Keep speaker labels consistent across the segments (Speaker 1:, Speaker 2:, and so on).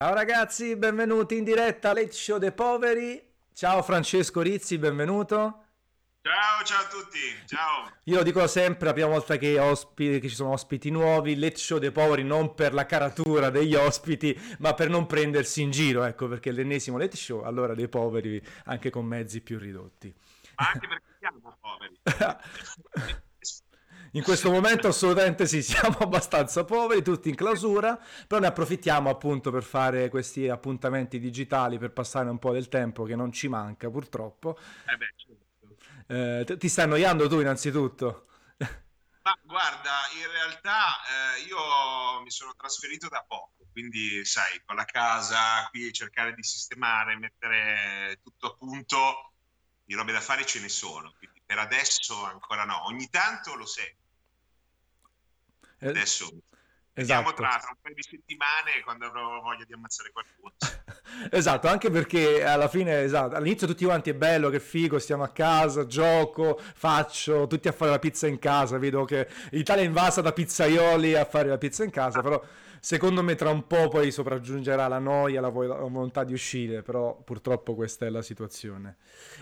Speaker 1: Ciao ragazzi, benvenuti in diretta Late Show dei Poveri. Ciao Francesco Rizzi, benvenuto.
Speaker 2: Ciao, ciao a tutti, ciao.
Speaker 1: Io lo dico sempre, la prima volta che ci sono ospiti nuovi, Late Show dei Poveri non per la caratura degli ospiti, ma per non prendersi in giro, ecco, perché è l'ennesimo Late Show, allora dei poveri anche con mezzi più ridotti.
Speaker 2: Ma anche perché siamo poveri.
Speaker 1: In questo momento assolutamente sì, siamo abbastanza poveri, tutti in clausura, però ne approfittiamo appunto per fare questi appuntamenti digitali, per passare un po' del tempo che non ci manca purtroppo.
Speaker 2: Beh, certo.
Speaker 1: Ti stai annoiando tu innanzitutto?
Speaker 2: Ma guarda, in realtà io mi sono trasferito da poco, quindi sai, con la casa qui cercare di sistemare, mettere tutto a punto, di robe da fare ce ne sono, quindi per adesso ancora no. Ogni tanto lo sei.
Speaker 1: Eh,
Speaker 2: Adesso vediamo
Speaker 1: esatto.
Speaker 2: tra un paio di settimane quando avrò voglia di ammazzare qualcuno.
Speaker 1: Esatto, anche perché alla fine, esatto, all'inizio tutti quanti è bello, che figo, stiamo a casa, gioco, faccio, tutti a fare la pizza in casa, vedo che l'Italia è invasa da pizzaioli a fare la pizza in casa, però secondo me tra un po' poi sopraggiungerà la noia, la volontà di uscire, però purtroppo questa è la situazione.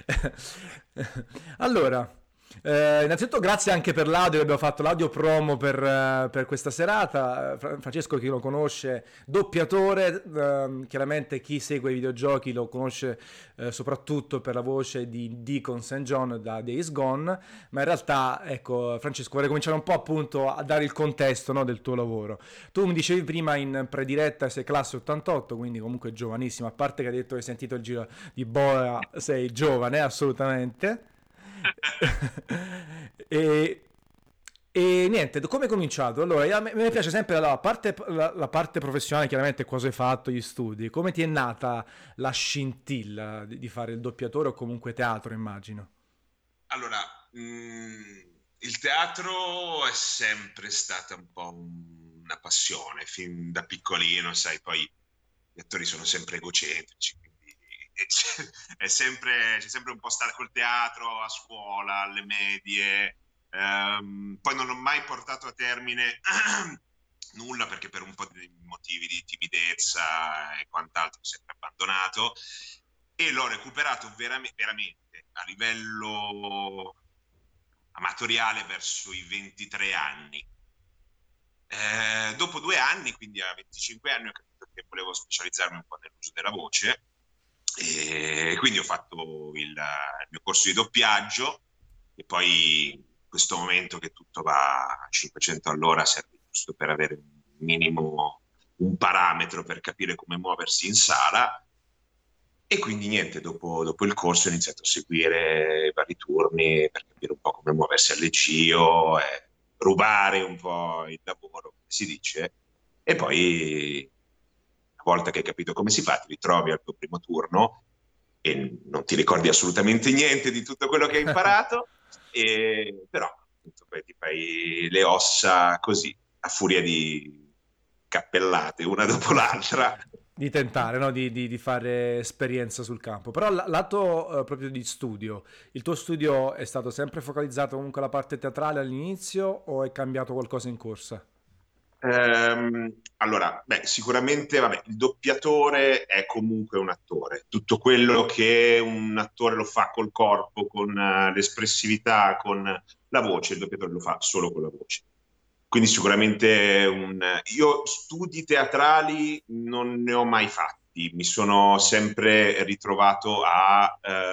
Speaker 1: Allora, innanzitutto grazie anche per l'audio, abbiamo fatto l'audio promo per questa serata. Francesco, chi lo conosce, doppiatore, chiaramente chi segue i videogiochi lo conosce soprattutto per la voce di Deacon St. John da Days Gone, ma in realtà, ecco, Francesco, vorrei cominciare un po' appunto a dare il contesto, no, del tuo lavoro. Tu mi dicevi prima in prediretta sei classe 88, quindi comunque giovanissimo, a parte che hai detto che hai sentito il giro di Boa, sei giovane, assolutamente. e, e niente, come hai cominciato? Allora, a me piace sempre la parte professionale, chiaramente cosa hai fatto, gli studi. Come ti è nata la scintilla di fare il doppiatore o comunque teatro, immagino?
Speaker 2: Allora, il teatro è sempre stata un po' una passione, fin da piccolino, sai, poi gli attori sono sempre egocentrici, quindi c'è sempre un po' stare col teatro a scuola, alle medie. Poi non ho mai portato a termine nulla perché per un po' di motivi di timidezza e quant'altro ho sempre abbandonato e l'ho recuperato veramente a livello amatoriale verso i 23 anni. Dopo 2 anni, quindi a 25 anni, ho capito che volevo specializzarmi un po' nell'uso della voce e quindi ho fatto il mio corso di doppiaggio e poi in questo momento che tutto va a 500 all'ora serve giusto per avere un minimo, un parametro per capire come muoversi in sala. E quindi niente, dopo il corso ho iniziato a seguire i vari turni per capire un po' come muoversi al liceo, rubare un po' il lavoro, come si dice, e poi una volta che hai capito come si fa, ti ritrovi al tuo primo turno e non ti ricordi assolutamente niente di tutto quello che hai imparato, però appunto, poi ti fai le ossa così, a furia di cappellate, una dopo l'altra.
Speaker 1: Di tentare, no? Di fare esperienza sul campo. Però lato proprio di studio, il tuo studio è stato sempre focalizzato comunque alla parte teatrale all'inizio o è cambiato qualcosa in corsa?
Speaker 2: Allora, beh, sicuramente, vabbè, il doppiatore è comunque un attore. Tutto quello che un attore lo fa col corpo, con l'espressività, con la voce, il doppiatore lo fa solo con la voce. Quindi sicuramente io studi teatrali non ne ho mai fatti, mi sono sempre ritrovato a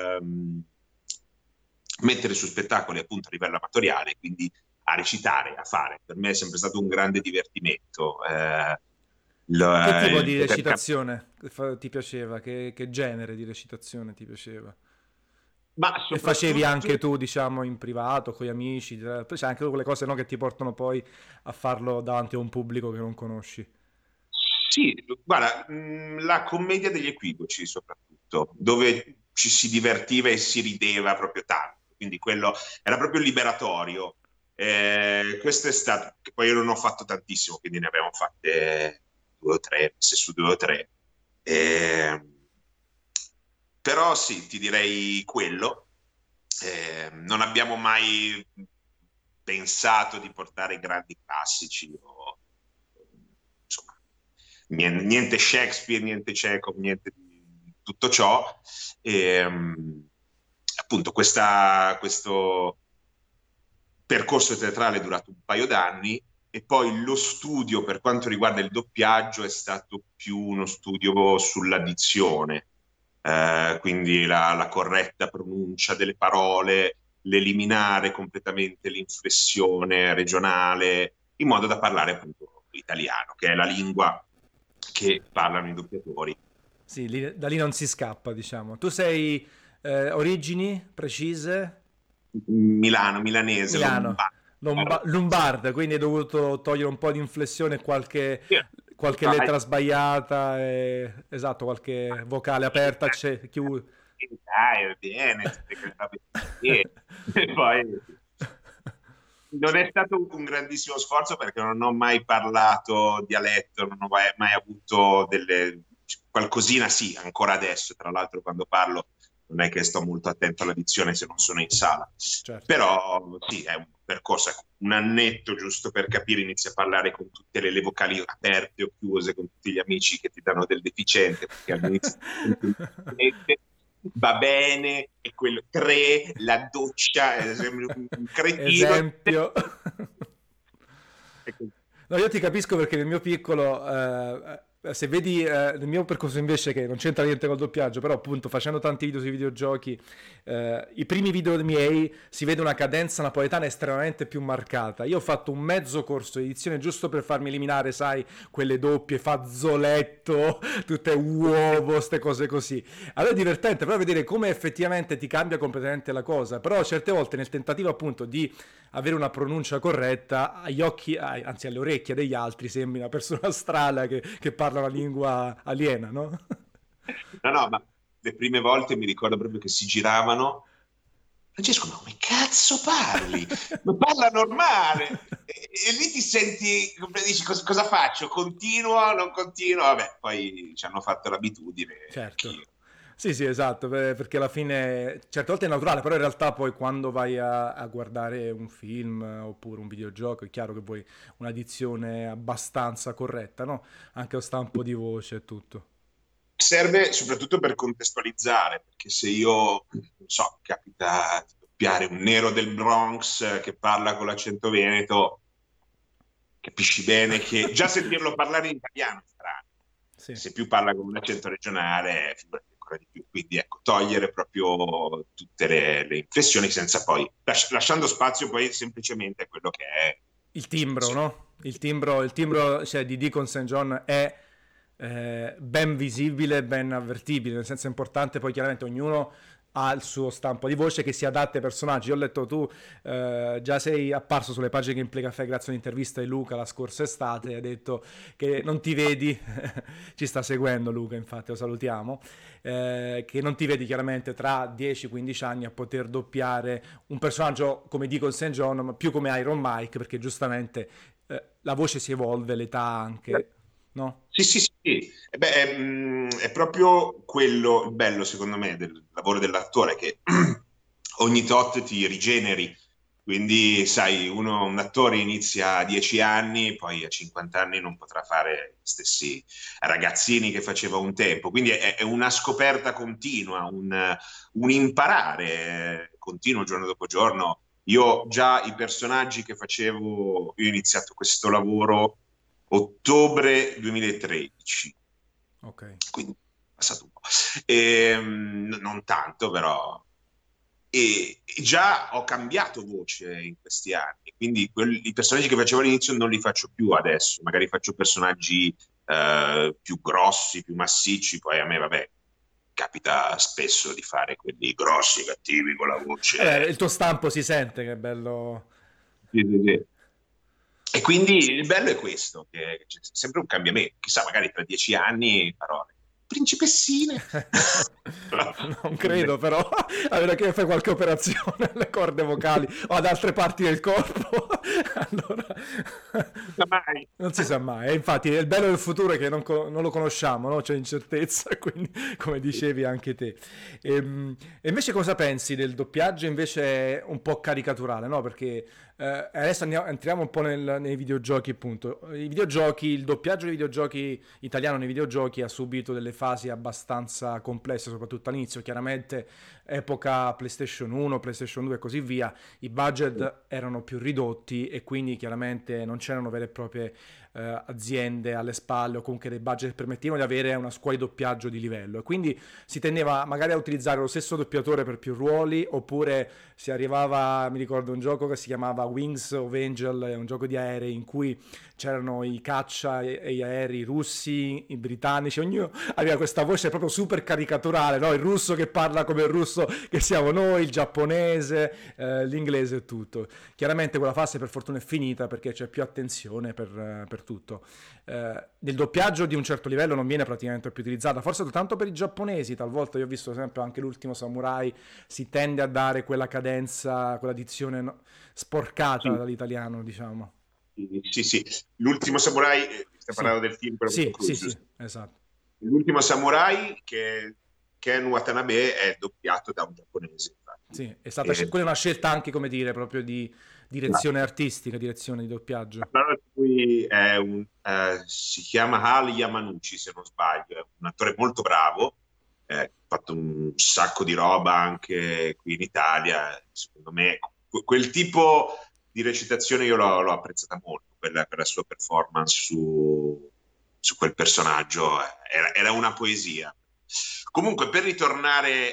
Speaker 2: mettere su spettacoli appunto a livello amatoriale, quindi a recitare, a fare. Per me è sempre stato un grande divertimento.
Speaker 1: Che tipo
Speaker 2: Il
Speaker 1: di
Speaker 2: poter
Speaker 1: recitazione ti piaceva? Che genere di recitazione ti piaceva?
Speaker 2: ma
Speaker 1: E facevi anche
Speaker 2: soprattutto
Speaker 1: tu, diciamo, in privato, con gli amici? Poi c'è anche quelle cose, no, che ti portano poi a farlo davanti a un pubblico che non conosci.
Speaker 2: sì, guarda, la commedia degli equivoci soprattutto, dove ci si divertiva e si rideva proprio tanto, quindi quello era proprio liberatorio. Questo è stato, che poi io non ho fatto tantissimo, quindi ne abbiamo fatte due o tre, se su due o tre. Eh, Però sì, ti direi quello. Non abbiamo mai pensato di portare grandi classici o insomma, niente Shakespeare, niente Chekhov, niente di tutto ciò. E, appunto questo percorso teatrale è durato un paio d'anni, e poi lo studio per quanto riguarda il doppiaggio è stato più uno studio sulla dizione, quindi la corretta pronuncia delle parole, l'eliminare completamente l'inflessione regionale, in modo da parlare appunto l'italiano, che è la lingua che parlano i doppiatori.
Speaker 1: Sì, da lì non si scappa, diciamo. Tu sei origini precise?
Speaker 2: Milano, milanese,
Speaker 1: Milano,
Speaker 2: lombardo.
Speaker 1: Lombarda, quindi hai dovuto togliere un po' di inflessione e qualche lettera sbagliata, esatto, qualche vocale aperta,
Speaker 2: Dai, va bene, tutte quelle robe che- E poi non è stato un grandissimo sforzo, perché non ho mai parlato dialetto, non ho mai avuto qualcosina, sì, ancora adesso, tra l'altro quando parlo non è che sto molto attento alla dizione se non sono in sala,
Speaker 1: certo.
Speaker 2: però sì, è un percorso, ecco, un annetto giusto per capire, inizi a parlare con tutte le vocali aperte o chiuse, con tutti gli amici che ti danno del deficiente, perché all'inizio va bene, e quello 3, la doccia, sembri un cretino.
Speaker 1: Esempio. No, io ti capisco perché nel mio piccolo, se vedi nel mio percorso invece, che non c'entra niente col doppiaggio, però appunto facendo tanti video sui videogiochi, i primi video miei si vede una cadenza napoletana estremamente più marcata. Io ho fatto un mezzo corso di edizione giusto per farmi eliminare, sai, quelle doppie, fazzoletto, tutte uovo, ste cose così. Allora è divertente però vedere come effettivamente ti cambia completamente la cosa, però certe volte nel tentativo appunto di avere una pronuncia corretta, agli occhi, anzi alle orecchie degli altri sembri una persona strana che parla una lingua aliena, no?
Speaker 2: No, ma le prime volte mi ricordo proprio che si giravano. Francesco, ma come cazzo parli? Ma parla normale! E lì ti senti, dici cosa faccio? Continuo, non continuo? Vabbè, poi ci hanno fatto l'abitudine.
Speaker 1: Certo.
Speaker 2: Anch'io.
Speaker 1: Sì, sì, esatto, perché alla fine certe volte è naturale, però in realtà poi quando vai a guardare un film oppure un videogioco è chiaro che vuoi una dizione abbastanza corretta, no? Anche lo stampo di voce e tutto.
Speaker 2: Serve soprattutto per contestualizzare, perché se io, non so, capita di doppiare un nero del Bronx che parla con l'accento veneto, capisci bene che già sentirlo parlare in italiano è strano.
Speaker 1: Sì.
Speaker 2: Se più parla con un accento regionale, figurati ancora di più. Quindi ecco, togliere proprio tutte le inflessioni, senza poi, lasciando spazio poi semplicemente a quello che è
Speaker 1: Il timbro,
Speaker 2: l'espressione.
Speaker 1: no? Il timbro cioè, di Deacon St. John è ben visibile, ben avvertibile, nel senso è importante, poi chiaramente ognuno ha il suo stampo di voce che si adatta ai personaggi. Io ho letto tu già sei apparso sulle pagine Gameplay Café grazie a un'intervista di Luca la scorsa estate, hai detto che non ti vedi, ci sta seguendo Luca infatti, lo salutiamo, che non ti vedi chiaramente tra 10-15 anni a poter doppiare un personaggio come Deacon St. John, ma più come Iron Mike, perché giustamente la voce si evolve, l'età anche, no?
Speaker 2: Sì, sì, sì, sì. E beh, è proprio quello il bello, secondo me, del lavoro dell'attore, che ogni tot ti rigeneri. Quindi, sai, un attore inizia a 10 anni, poi a 50 anni non potrà fare gli stessi ragazzini che faceva un tempo. Quindi è una scoperta continua, un imparare continuo giorno dopo giorno. Io già i personaggi che facevo, io ho iniziato questo lavoro ottobre 2013,
Speaker 1: Ok.
Speaker 2: quindi è passato un po'. Non tanto, però. E già ho cambiato voce in questi anni, quindi i personaggi che facevo all'inizio non li faccio più adesso, magari faccio personaggi più grossi, più massicci, poi a me, vabbè, capita spesso di fare quelli grossi, cattivi, con la voce.
Speaker 1: Il tuo stampo si sente, che è bello.
Speaker 2: Sì, sì, sì. E quindi il bello è questo, che c'è sempre un cambiamento. Chissà, magari tra 10 anni farò principessine.
Speaker 1: Non credo però, a meno che fai qualche operazione alle corde vocali o ad altre parti del corpo, allora
Speaker 2: Mai.
Speaker 1: non si sa mai. E infatti il bello del futuro è che non lo conosciamo, no? C'è incertezza, quindi come dicevi anche te. E invece cosa pensi del doppiaggio invece un po' caricaturale, no? Perché Adesso entriamo un po' nei videogiochi, appunto. I videogiochi, il doppiaggio dei videogiochi italiano nei videogiochi ha subito delle fasi abbastanza complesse, soprattutto all'inizio. Chiaramente, epoca PlayStation 1, PlayStation 2 e così via, i budget erano più ridotti e quindi chiaramente non c'erano vere e proprie aziende alle spalle o comunque dei budget che permettevano di avere una scuola di doppiaggio di livello. E quindi si tendeva magari a utilizzare lo stesso doppiatore per più ruoli, oppure si arrivava, mi ricordo un gioco che si chiamava Wings of Angel, è un gioco di aerei in cui c'erano i caccia e gli aerei russi, i britannici, ognuno aveva questa voce proprio super caricaturale, no? Il russo che parla come il russo che siamo noi, il giapponese, l'inglese e tutto. Chiaramente quella fase per fortuna è finita perché c'è più attenzione per tutto. Nel doppiaggio di un certo livello non viene praticamente più utilizzata, forse soltanto per i giapponesi. Talvolta io ho visto sempre anche l'ultimo samurai, si tende a dare quella cadenza, quella dizione sporcata
Speaker 2: Sì,
Speaker 1: dall'italiano, diciamo.
Speaker 2: sì, sì. L'ultimo samurai, stiamo
Speaker 1: Sì,
Speaker 2: parlando del film, quello con
Speaker 1: sì,
Speaker 2: Tom
Speaker 1: sì,
Speaker 2: Cruise,
Speaker 1: sì,
Speaker 2: giusto?
Speaker 1: esatto.
Speaker 2: L'ultimo samurai che Ken Watanabe è doppiato da un giapponese, infatti.
Speaker 1: Sì, è stata
Speaker 2: E,
Speaker 1: quella è una scelta anche, come dire, proprio di direzione
Speaker 2: esatto.
Speaker 1: artistica, direzione di doppiaggio.
Speaker 2: Allora, lui è si chiama Hal Yamanouchi, se non sbaglio, è un attore molto bravo, ha fatto un sacco di roba anche qui in Italia. Secondo me, quel tipo di recitazione io l'ho apprezzata molto per la sua performance su quel personaggio. Era una poesia. Comunque, per ritornare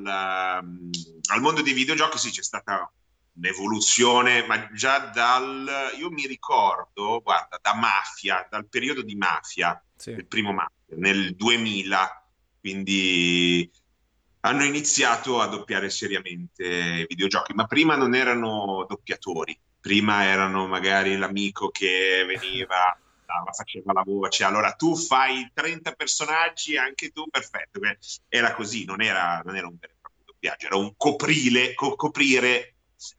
Speaker 2: al mondo dei videogiochi, sì, c'è stata un'evoluzione, ma già io mi ricordo, guarda, da Mafia, dal periodo di Mafia,
Speaker 1: Sì.
Speaker 2: il primo Mafia, nel 2000, quindi hanno iniziato a doppiare seriamente i videogiochi, ma prima non erano doppiatori, prima erano magari l'amico che veniva, faceva la voce, allora tu fai 30 personaggi, anche tu, perfetto. Era così, non era un vero e proprio doppiaggio, era un coprire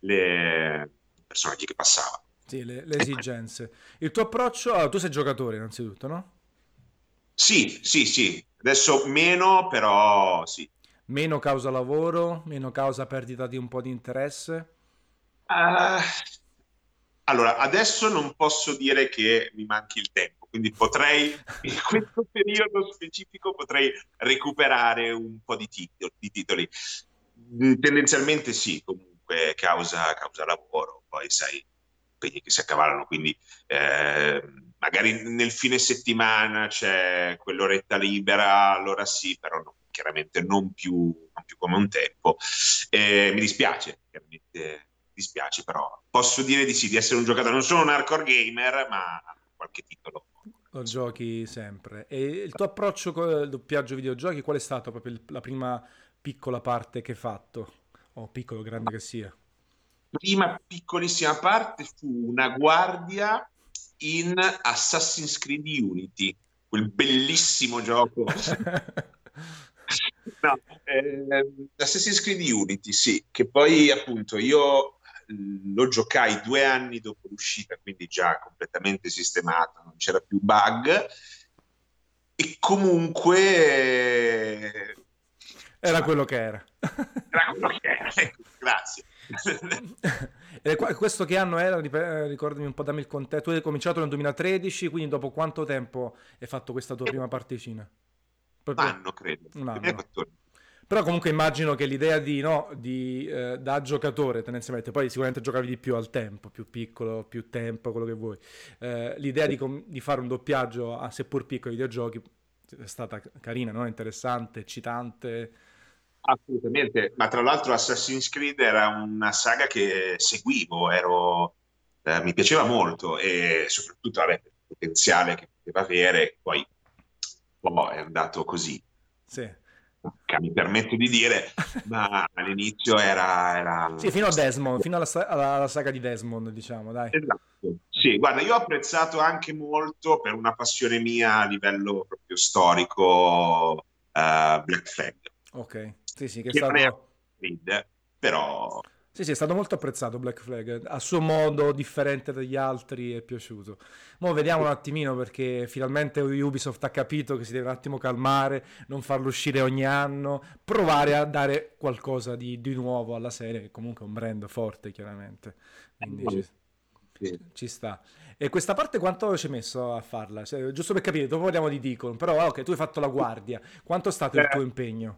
Speaker 2: i personaggi che passavano.
Speaker 1: Sì, le esigenze. Il tuo approccio, allora, tu sei giocatore innanzitutto, no?
Speaker 2: Sì, sì, sì, adesso meno, però sì.
Speaker 1: Meno causa lavoro, meno causa perdita di un po' di interesse.
Speaker 2: Ah, allora, adesso non posso dire che mi manchi il tempo, quindi in questo periodo specifico, potrei recuperare un po' di titoli. Tendenzialmente sì, comunque causa lavoro, poi sai, impegni che si accavallano, quindi magari nel fine settimana c'è quell'oretta libera, allora sì, però chiaramente non più come un tempo. Mi dispiace, chiaramente dispiace, però posso dire di sì, di essere un giocatore. Non sono un hardcore gamer, ma qualche titolo.
Speaker 1: Lo giochi sempre. E il tuo approccio con il doppiaggio videogiochi, qual è stata proprio la prima piccola parte che hai fatto? O piccolo o grande che sia.
Speaker 2: Prima piccolissima parte fu una guardia in Assassin's Creed Unity, quel bellissimo gioco. No, Assassin's Creed Unity, sì, che poi appunto io lo giocai 2 anni dopo l'uscita, quindi già completamente sistemato, non c'era più bug. E comunque,
Speaker 1: Era
Speaker 2: insomma,
Speaker 1: quello che era.
Speaker 2: era quello che era. Ecco, grazie.
Speaker 1: E questo che anno era? Ricordami un po', dammi il contesto. Tu hai cominciato nel 2013, quindi dopo quanto tempo hai fatto questa tua prima particina?
Speaker 2: Un
Speaker 1: Proprio
Speaker 2: anno, credo.
Speaker 1: un anno.
Speaker 2: 2014.
Speaker 1: Però comunque immagino che l'idea di, no, da giocatore tendenzialmente, poi sicuramente giocavi di più al tempo, più piccolo, più tempo, quello che vuoi. L'idea di fare un doppiaggio a seppur piccoli videogiochi è stata carina, no? Interessante, eccitante.
Speaker 2: Assolutamente, ma tra l'altro Assassin's Creed era una saga che seguivo, mi piaceva molto e soprattutto vabbè, il potenziale che poteva avere, poi è andato così,
Speaker 1: Sì.
Speaker 2: che mi permetto di dire, ma all'inizio era.
Speaker 1: Sì, fino a Desmond, fino alla saga di Desmond, diciamo, dai.
Speaker 2: Esatto, sì, guarda, io ho apprezzato anche molto per una passione mia a livello proprio storico, Black Flag,
Speaker 1: Ok, sì, sì, che è
Speaker 2: che non è
Speaker 1: stato...
Speaker 2: Creed, però.
Speaker 1: Sì, sì, è stato molto apprezzato Black Flag, a suo modo, differente dagli altri, è piaciuto. Mo' vediamo un attimino perché finalmente Ubisoft ha capito che si deve un attimo calmare, non farlo uscire ogni anno, provare a dare qualcosa di nuovo alla serie, che comunque è un brand forte, chiaramente. Quindi
Speaker 2: Sì.
Speaker 1: ci sta. E questa parte quanto ci hai messo a farla? Giusto per capire, dopo parliamo di Deacon, però ok, tu hai fatto la guardia, quanto è stato il tuo
Speaker 2: Eh,
Speaker 1: impegno?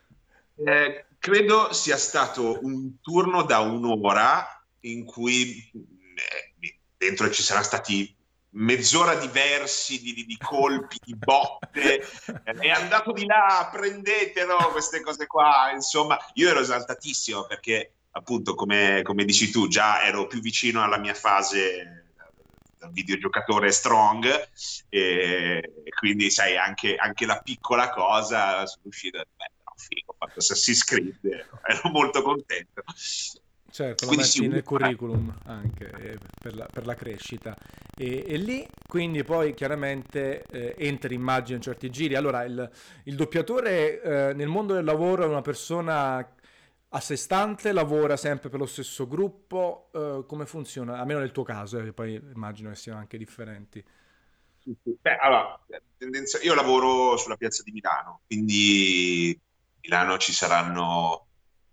Speaker 2: Credo sia stato un turno da un'ora in cui dentro ci saranno stati mezz'ora di versi, di colpi, di botte. È andato di là, prendetelo, queste cose qua. Insomma, io ero esaltatissimo perché, appunto, come dici tu, già ero più vicino alla mia fase da videogiocatore strong e quindi sai anche la piccola cosa sono uscito beh, no, figo, ho fatto Assassin's Creed, ero molto contento.
Speaker 1: Certo, lo
Speaker 2: Quindi sì,
Speaker 1: metti nel
Speaker 2: un'ora.
Speaker 1: curriculum anche per la crescita. E lì quindi poi chiaramente entri, immagino, in certi giri. Allora, il doppiatore nel mondo del lavoro è una persona a sé stante, lavora sempre per lo stesso gruppo. Come funziona? Almeno nel tuo caso, che poi immagino che siano anche differenti.
Speaker 2: Beh, allora, io lavoro sulla piazza di Milano, quindi a Milano ci saranno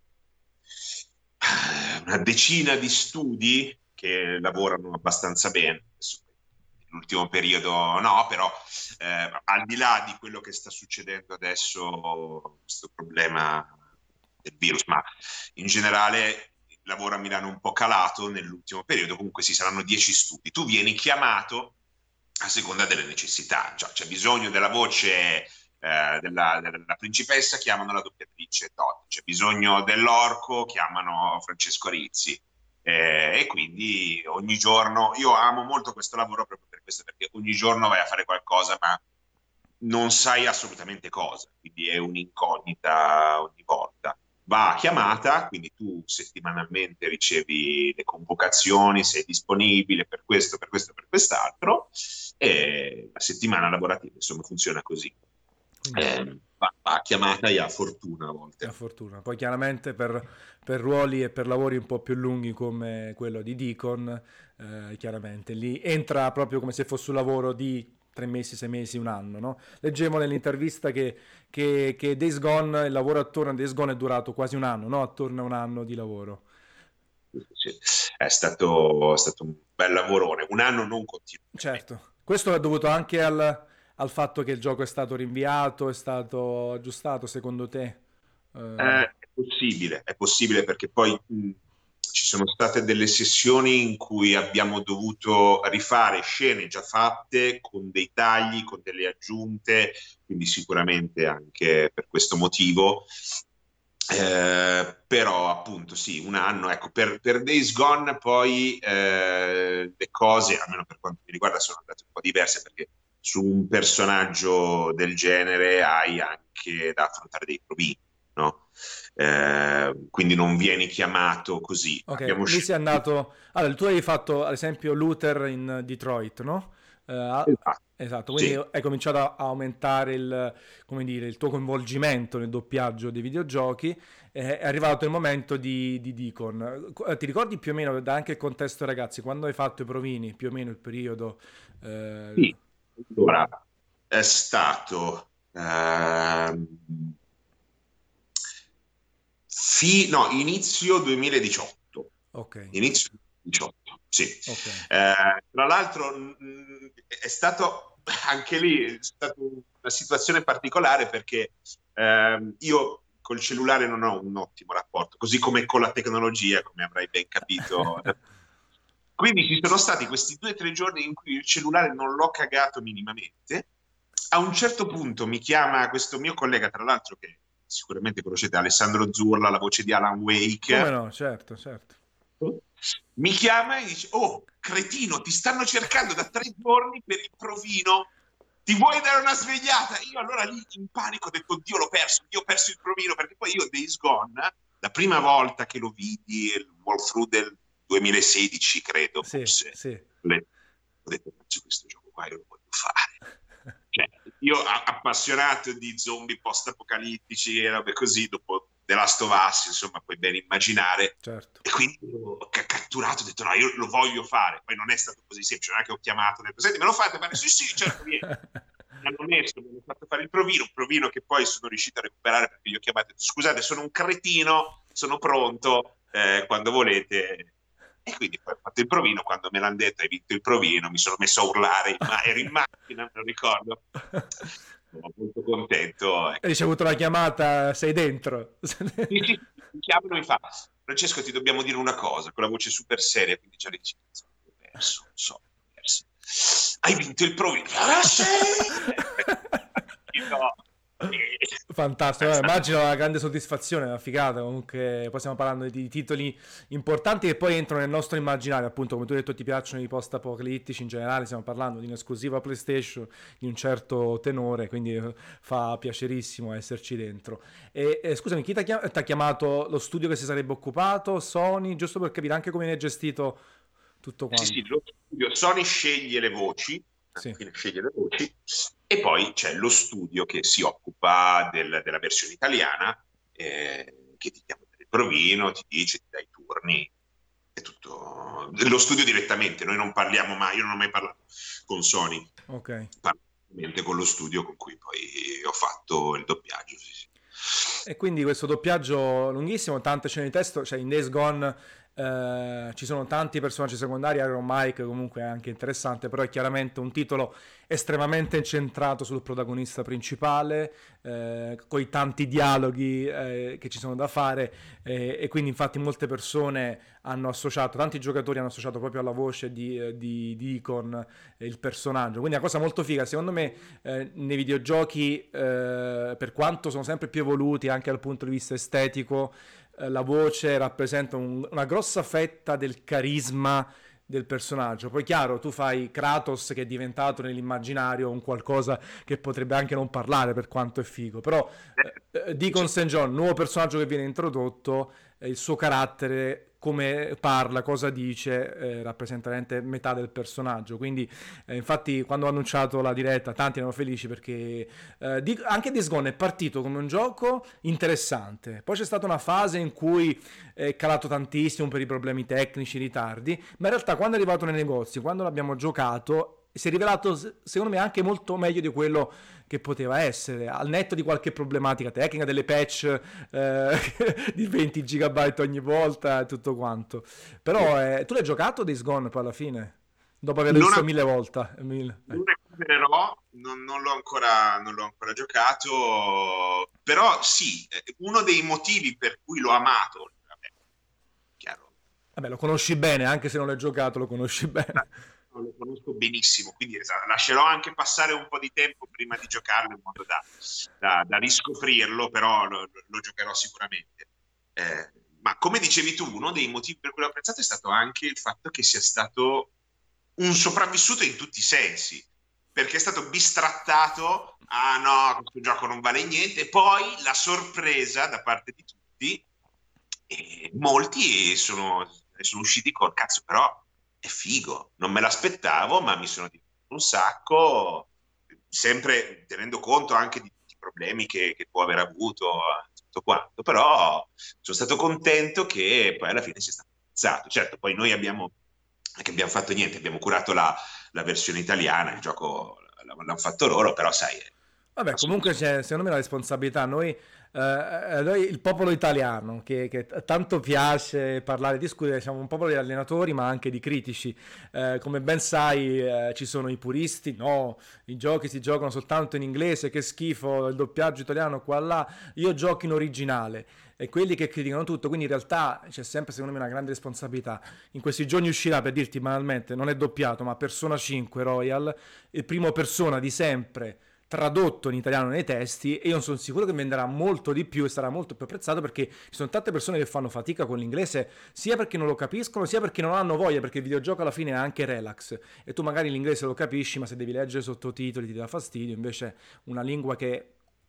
Speaker 2: una decina di studi che lavorano abbastanza bene. Nell'ultimo periodo no, però al di là di quello che sta succedendo adesso, questo problema del virus, ma in generale il lavoro a Milano è un po' calato nell'ultimo periodo, comunque ci saranno 10 studi. Tu vieni chiamato a seconda delle necessità, cioè c'è bisogno della voce della principessa, chiamano la doppiatrice Todd, c'è bisogno dell'orco, chiamano Francesco Rizzi. E quindi ogni giorno, io amo molto questo lavoro proprio per questo, perché ogni giorno vai a fare qualcosa, ma non sai assolutamente cosa, quindi è un'incognita ogni volta. Va a chiamata, quindi tu settimanalmente ricevi le convocazioni, sei disponibile per questo, per questo, per quest'altro, e la settimana lavorativa insomma funziona così.
Speaker 1: Quindi
Speaker 2: Va a chiamata e a fortuna a
Speaker 1: a
Speaker 2: volte.
Speaker 1: fortuna. Poi chiaramente per ruoli e per lavori un po' più lunghi come quello di Deacon, chiaramente lì entra proprio come se fosse un lavoro di 3 mesi, 6 mesi, un anno, no? Leggevo nell'intervista che Days Gone, il lavoro attorno a Days Gone è durato quasi un anno, no? Attorno a un anno di lavoro.
Speaker 2: Sì. È stato un bel lavorone, un anno non continuo.
Speaker 1: Certo, questo è dovuto anche al fatto che il gioco è stato rinviato, è stato aggiustato, secondo te? Eh,
Speaker 2: È possibile perché poi ci sono state delle sessioni in cui abbiamo dovuto rifare scene già fatte con dei tagli, con delle aggiunte, quindi sicuramente anche per questo motivo. Però appunto sì, un anno, ecco, per Days Gone poi le cose, almeno per quanto mi riguarda, sono andate un po' diverse perché su un personaggio del genere hai anche da affrontare dei problemi, no? Quindi non vieni chiamato così.
Speaker 1: ok,
Speaker 2: Abbiamo
Speaker 1: lì sei
Speaker 2: scelto.
Speaker 1: andato... Allora, tu hai fatto ad esempio Luther in Detroit, no?
Speaker 2: Esatto,
Speaker 1: Esatto, quindi
Speaker 2: sì.
Speaker 1: hai cominciato a aumentare come dire, il tuo coinvolgimento nel doppiaggio dei videogiochi. È arrivato il momento di Deacon. Ti ricordi più o meno, da anche il contesto ai ragazzi, quando hai fatto i provini, più o meno il periodo...
Speaker 2: Sì. Allora, è stato no, inizio 2018.
Speaker 1: ok,
Speaker 2: Inizio 2018, sì.
Speaker 1: ok.
Speaker 2: Tra l'altro è stato anche lì è stata una situazione particolare perché io col cellulare non ho un ottimo rapporto, così come con la tecnologia, come avrai ben capito. Quindi ci sono stati questi 2 o 3 giorni in cui il cellulare non l'ho cagato minimamente. A un certo punto mi chiama questo mio collega, tra l'altro, che sicuramente conoscete, Alessandro Zurla, la voce di Alan
Speaker 1: Come
Speaker 2: Wake.
Speaker 1: no, certo, certo.
Speaker 2: Mi chiama e dice: Oh, cretino, ti stanno cercando da 3 giorni per il provino. Ti vuoi dare una svegliata? Io allora lì in panico ho detto: Dio, l'ho perso, io ho perso il provino. Perché poi io, Days Gone, la prima volta che lo vidi, il walkthrough del 2016, credo,
Speaker 1: Sì,
Speaker 2: forse,
Speaker 1: sì.
Speaker 2: ho detto: Faccio questo gioco qua, io lo voglio fare. Cioè, io appassionato di zombie post-apocalittici e robe così, dopo The Last of Us, insomma, puoi ben immaginare.
Speaker 1: Certo.
Speaker 2: E quindi ho catturato, ho detto no, io lo voglio fare. Poi non è stato così semplice, non è che ho chiamato, ho detto senti, me lo fate? Sì, sì, certo, vieni. Mi hanno messo, mi hanno fatto fare il provino che poi sono riuscito a recuperare perché gli ho chiamato e ho detto, scusate, sono un cretino, sono pronto, quando volete. E quindi poi ho fatto il provino, quando me l'hanno detto hai vinto il provino, mi sono messo a urlare, ma ero in macchina, me lo ricordo. Sono molto contento.
Speaker 1: Hai ricevuto la chiamata, sei dentro.
Speaker 2: Mi chiamano e mi fa Francesco, ti dobbiamo dire una cosa, con la voce super seria, quindi già dici, ho perso, non so, ho perso. Hai vinto il provino. Ah, sì! No.
Speaker 1: Fantastico, immagino la grande soddisfazione, la figata, comunque poi stiamo parlando di titoli importanti che poi entrano nel nostro immaginario, appunto come tu hai detto ti piacciono i post-apocalittici in generale, stiamo parlando di un'esclusiva PlayStation di un certo tenore, quindi fa piacerissimo esserci dentro. E scusami, chi ti ha chiamato, lo studio che si sarebbe occupato, Sony, giusto per capire anche come viene gestito tutto quanto?
Speaker 2: Sì, lo studio Sony sceglie le voci,
Speaker 1: Sì.
Speaker 2: sceglie le voci, e poi c'è lo studio che si occupa della versione italiana, che ti chiama il provino, ti dice, ti dai i turni, è tutto. Lo studio direttamente, noi non parliamo mai, io non ho mai parlato con Sony, parlo direttamente con lo studio con cui poi ho fatto il doppiaggio. Sì.
Speaker 1: E quindi questo doppiaggio lunghissimo, tante scene di testo, cioè in Days Gone ci sono tanti personaggi secondari, Iron Mike comunque è anche interessante, però è chiaramente un titolo estremamente incentrato sul protagonista principale, con i tanti dialoghi che ci sono da fare, e quindi infatti molte persone hanno associato, tanti giocatori hanno associato proprio alla voce di Deacon il personaggio, quindi è una cosa molto figa, secondo me nei videogiochi per quanto sono sempre più evoluti anche dal punto di vista estetico, la voce rappresenta una grossa fetta del carisma del personaggio. Poi chiaro, tu fai Kratos che è diventato nell'immaginario un qualcosa che potrebbe anche non parlare per quanto è figo, però Deacon St. John, nuovo personaggio che viene introdotto, il suo carattere, come parla, cosa dice, rappresenta veramente metà del personaggio, quindi infatti quando ho annunciato la diretta tanti erano felici perché anche Days Gone è partito come un gioco interessante, poi c'è stata una fase in cui è calato tantissimo per i problemi tecnici, i ritardi, ma in realtà quando è arrivato nei negozi, quando l'abbiamo giocato, si è rivelato secondo me anche molto meglio di quello che poteva essere, al netto di qualche problematica tecnica, delle patch di 20 GB ogni volta e tutto quanto. Però tu l'hai giocato Days Gone poi alla fine? Dopo averlo visto 1000 volte?
Speaker 2: Non recupererò, non l'ho ancora giocato, però sì, uno dei motivi per cui l'ho amato, chiaro.
Speaker 1: Vabbè, lo conosci bene, anche se non l'hai giocato, lo conosci bene.
Speaker 2: Lo conosco benissimo, quindi lascerò anche passare un po' di tempo prima di giocarlo in modo da riscoprirlo, però lo giocherò sicuramente. Ma come dicevi tu, uno dei motivi per cui l'ho apprezzato è stato anche il fatto che sia stato un sopravvissuto in tutti i sensi, perché è stato bistrattato, ah no, questo gioco non vale niente, e poi la sorpresa da parte di tutti, e molti sono usciti col cazzo, però è figo, non me l'aspettavo, ma mi sono divertito un sacco, sempre tenendo conto anche di tutti i problemi che può aver avuto, tutto quanto, però sono stato contento che poi alla fine sia stato apprezzato. Certo, poi noi abbiamo fatto niente, abbiamo curato la versione italiana, il gioco l'hanno fatto loro, però sai.
Speaker 1: Vabbè, comunque c'è secondo me la responsabilità, noi il popolo italiano che tanto piace parlare, discutere, siamo un popolo di allenatori ma anche di critici, come ben sai ci sono i puristi, no, i giochi si giocano soltanto in inglese, che schifo, il doppiaggio italiano qua là, io gioco in originale, e quelli che criticano tutto, quindi in realtà c'è sempre secondo me una grande responsabilità. In questi giorni uscirà, per dirti banalmente, non è doppiato ma Persona 5 Royal, il primo Persona di sempre tradotto in italiano nei testi, e io sono sicuro che venderà molto di più e sarà molto più apprezzato, perché ci sono tante persone che fanno fatica con l'inglese, sia perché non lo capiscono sia perché non hanno voglia, perché il videogioco alla fine è anche relax e tu magari l'inglese lo capisci, ma se devi leggere sottotitoli ti dà fastidio. Invece una lingua che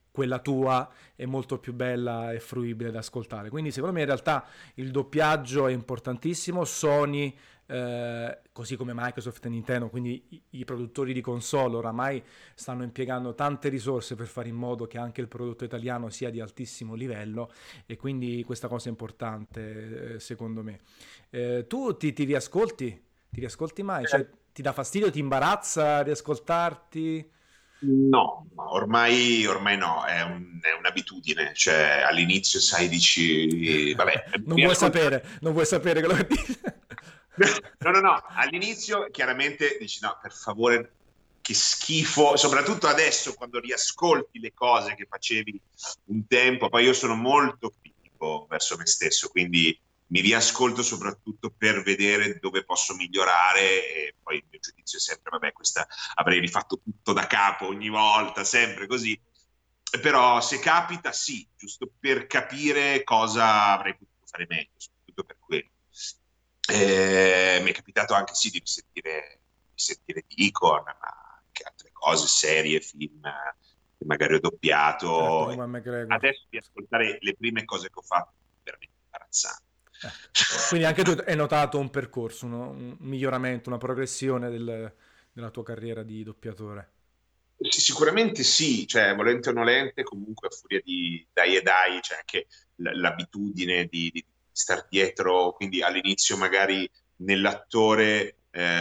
Speaker 1: quella tua è molto più bella e fruibile da ascoltare. Quindi secondo me in realtà il doppiaggio è importantissimo. Sony, così come Microsoft e Nintendo, quindi i produttori di console oramai stanno impiegando tante risorse per fare in modo che anche il prodotto italiano sia di altissimo livello, e quindi questa cosa è importante, secondo me. Tu ti riascolti? Ti riascolti mai? Cioè, ti dà fastidio, ti imbarazza riascoltarti?
Speaker 2: No, ormai no, è un'abitudine, cioè all'inizio sai, dici, vabbè,
Speaker 1: Non
Speaker 2: mi
Speaker 1: vuoi
Speaker 2: ascoltare.
Speaker 1: sapere, non vuoi sapere quello che dice.
Speaker 2: No, no, no, all'inizio chiaramente dici no, per favore, che schifo, soprattutto adesso quando riascolti le cose che facevi un tempo, poi io sono molto critico verso me stesso, quindi mi riascolto soprattutto per vedere dove posso migliorare e poi il mio giudizio è sempre, vabbè, questa avrei rifatto tutto da capo ogni volta, sempre così. Però se capita, sì, giusto per capire cosa avrei potuto fare meglio, soprattutto per quello. Mi è capitato anche sì di sentire Deacon, ma anche altre cose, serie, film che magari ho
Speaker 1: Certo,
Speaker 2: doppiato.
Speaker 1: Ewan McGregor.
Speaker 2: Adesso di ascoltare le prime cose che ho fatto, veramente imbarazzante.
Speaker 1: Ecco. Quindi anche tu hai notato un percorso, un miglioramento, una progressione della tua carriera di doppiatore.
Speaker 2: Sì, sicuramente sì, cioè volente o nolente, comunque a furia di dai e dai, c'è anche l'abitudine di star dietro, quindi all'inizio magari nell'attore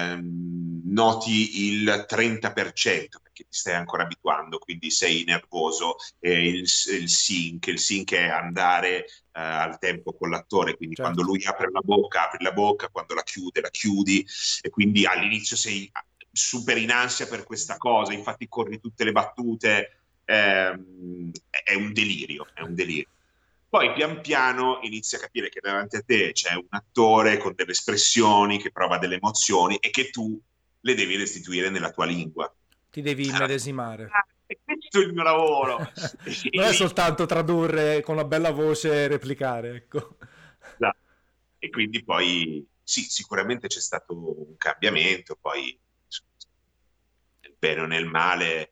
Speaker 2: noti il 30% perché ti stai ancora abituando, quindi sei nervoso, il sync è andare al tempo con l'attore, quindi quando
Speaker 1: Certo.
Speaker 2: lui apri la bocca, quando la chiudi, e quindi all'inizio sei super in ansia per questa cosa, infatti corri tutte le battute, è un delirio, è un delirio. Poi pian piano inizi a capire che davanti a te c'è un attore con delle espressioni, che prova delle emozioni e che tu le devi restituire nella tua lingua.
Speaker 1: Ti devi immedesimare.
Speaker 2: E questo è il mio lavoro. E
Speaker 1: Non è
Speaker 2: lì,
Speaker 1: soltanto tradurre con una bella voce e replicare, ecco.
Speaker 2: esatto. E quindi poi sì, sicuramente c'è stato un cambiamento, poi nel bene o nel male.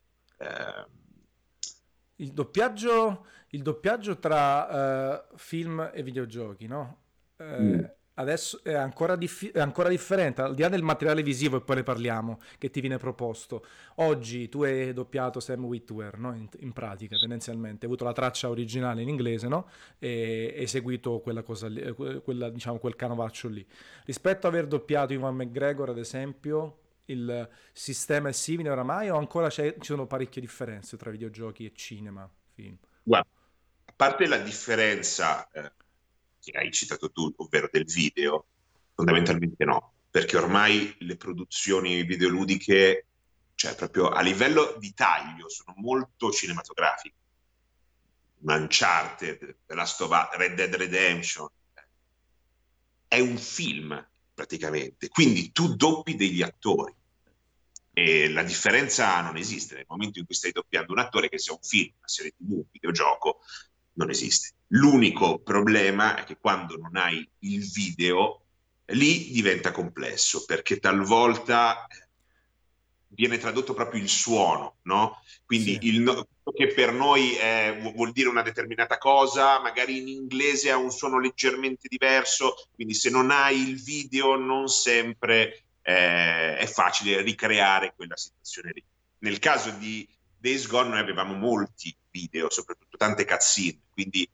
Speaker 1: Il doppiaggio tra film e videogiochi, no?
Speaker 2: Mm,
Speaker 1: Adesso è ancora differente, al di là del materiale visivo, e poi ne parliamo, che ti viene proposto. Oggi tu hai doppiato Sam Witwer, no? In pratica, tendenzialmente. Hai avuto la traccia originale in inglese, no? E hai seguito quella cosa lì, quella, diciamo, quel canovaccio lì. Rispetto a aver doppiato Ivan McGregor, ad esempio, il sistema è simile oramai, o ancora ci sono parecchie differenze tra videogiochi e cinema, film?
Speaker 2: Guarda, a parte la differenza che hai citato tu, ovvero del video, fondamentalmente no, perché ormai le produzioni videoludiche, cioè proprio a livello di taglio, sono molto cinematografiche. Uncharted, The Last of Us, Red Dead Redemption, è un film praticamente, quindi tu doppi degli attori. E la differenza non esiste nel momento in cui stai doppiando un attore, che sia un film, una serie TV, un videogioco, non esiste. L'unico problema è che quando non hai il video, lì diventa complesso, perché talvolta viene tradotto proprio il suono, no?
Speaker 1: Sì.
Speaker 2: Quindi che per noi vuol dire una determinata cosa, magari in inglese ha un suono leggermente diverso, quindi se non hai il video non sempre è facile ricreare quella situazione lì. Nel caso di Days Gone noi avevamo molti video, soprattutto tante cutscene, quindi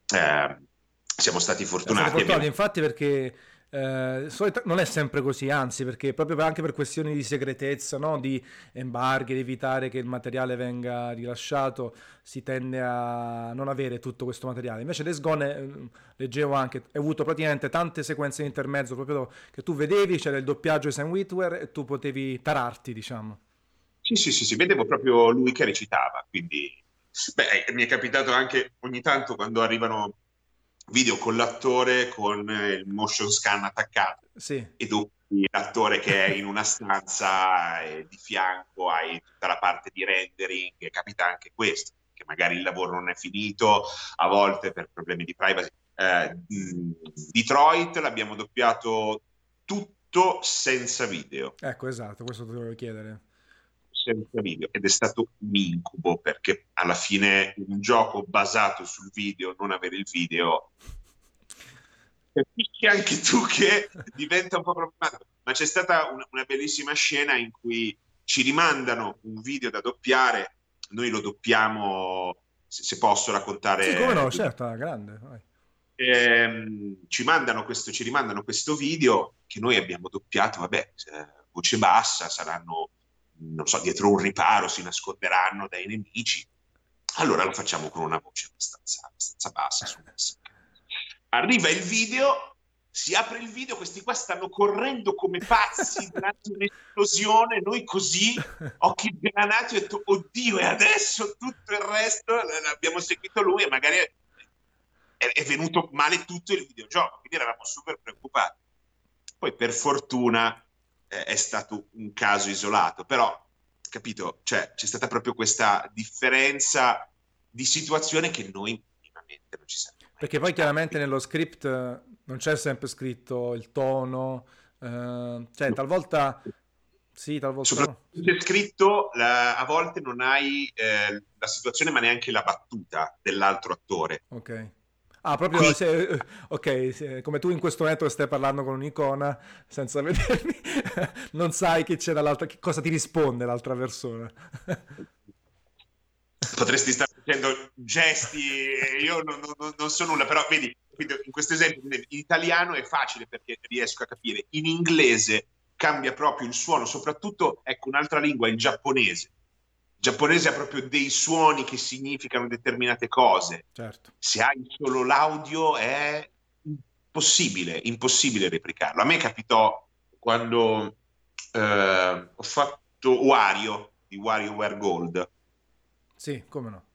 Speaker 2: siamo stati
Speaker 1: State
Speaker 2: fortunati.
Speaker 1: fortunati infatti, perché non è sempre così, anzi, perché proprio anche per questioni di segretezza, no? Di embarghi, di evitare che il materiale venga rilasciato, si tende a non avere tutto questo materiale. Invece Days Gone, leggevo anche, ha avuto praticamente tante sequenze di intermezzo, proprio che tu vedevi, c'era il doppiaggio di Sam Witwer e tu potevi tararti, diciamo.
Speaker 2: Sì, sì, sì, sì, vedevo proprio lui che recitava, quindi beh, mi è capitato anche ogni tanto quando arrivano video con l'attore con il motion scan attaccato
Speaker 1: Sì.
Speaker 2: e dopo l'attore che è in una stanza e di fianco hai tutta la parte di rendering, e capita anche questo, che magari il lavoro non è finito, a volte per problemi di privacy. Detroit l'abbiamo doppiato tutto senza video.
Speaker 1: Ecco, esatto, questo ti volevo chiedere.
Speaker 2: senza video ed è stato un incubo perché alla fine un gioco basato sul video, non avere il video, capisci anche tu che diventa un po' problematico. Ma c'è stata una bellissima scena in cui ci rimandano un video da doppiare, noi lo doppiamo, se posso
Speaker 1: Sì, come
Speaker 2: raccontare.
Speaker 1: no, certo, grande. Vai.
Speaker 2: Ci rimandano questo video che noi abbiamo doppiato, vabbè, voce bassa, saranno, non so, dietro un riparo, si nasconderanno dai nemici. Allora lo facciamo con una voce abbastanza bassa. Arriva il video, si apre il video, questi qua stanno correndo come pazzi davanti a un'esplosione, noi così, occhi granati, ho detto, oddio, e adesso tutto il resto l'abbiamo seguito lui e magari è venuto male tutto il videogioco, quindi eravamo super preoccupati. Poi per fortuna è stato un caso isolato, però capito, cioè c'è stata proprio questa differenza di situazione che noi minimamente non ci siamo mai
Speaker 1: Perché poi chiaramente
Speaker 2: immaginati.
Speaker 1: nello script non c'è sempre scritto il tono, cioè talvolta sì, talvolta no.
Speaker 2: Soprattutto c'è scritto, a volte non hai la situazione ma neanche la battuta dell'altro attore.
Speaker 1: Ok. Ah, proprio
Speaker 2: Quindi
Speaker 1: se, ok, come tu in questo momento che stai parlando con un'icona senza vedermi, non sai che c'è dall'altra, che cosa ti risponde l'altra persona.
Speaker 2: potresti stare facendo gesti, io non so nulla, però vedi, in questo esempio in italiano è facile perché riesco a capire, in inglese cambia proprio il suono, soprattutto, ecco, un'altra lingua, il giapponese. Il giapponese ha proprio dei suoni che significano determinate cose.
Speaker 1: Certo.
Speaker 2: Se hai solo l'audio è impossibile replicarlo. A me capitò quando ho fatto Wario di WarioWare Gold.
Speaker 1: Sì, come no.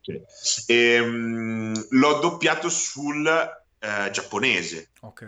Speaker 2: L'ho doppiato sul giapponese,
Speaker 1: Ok.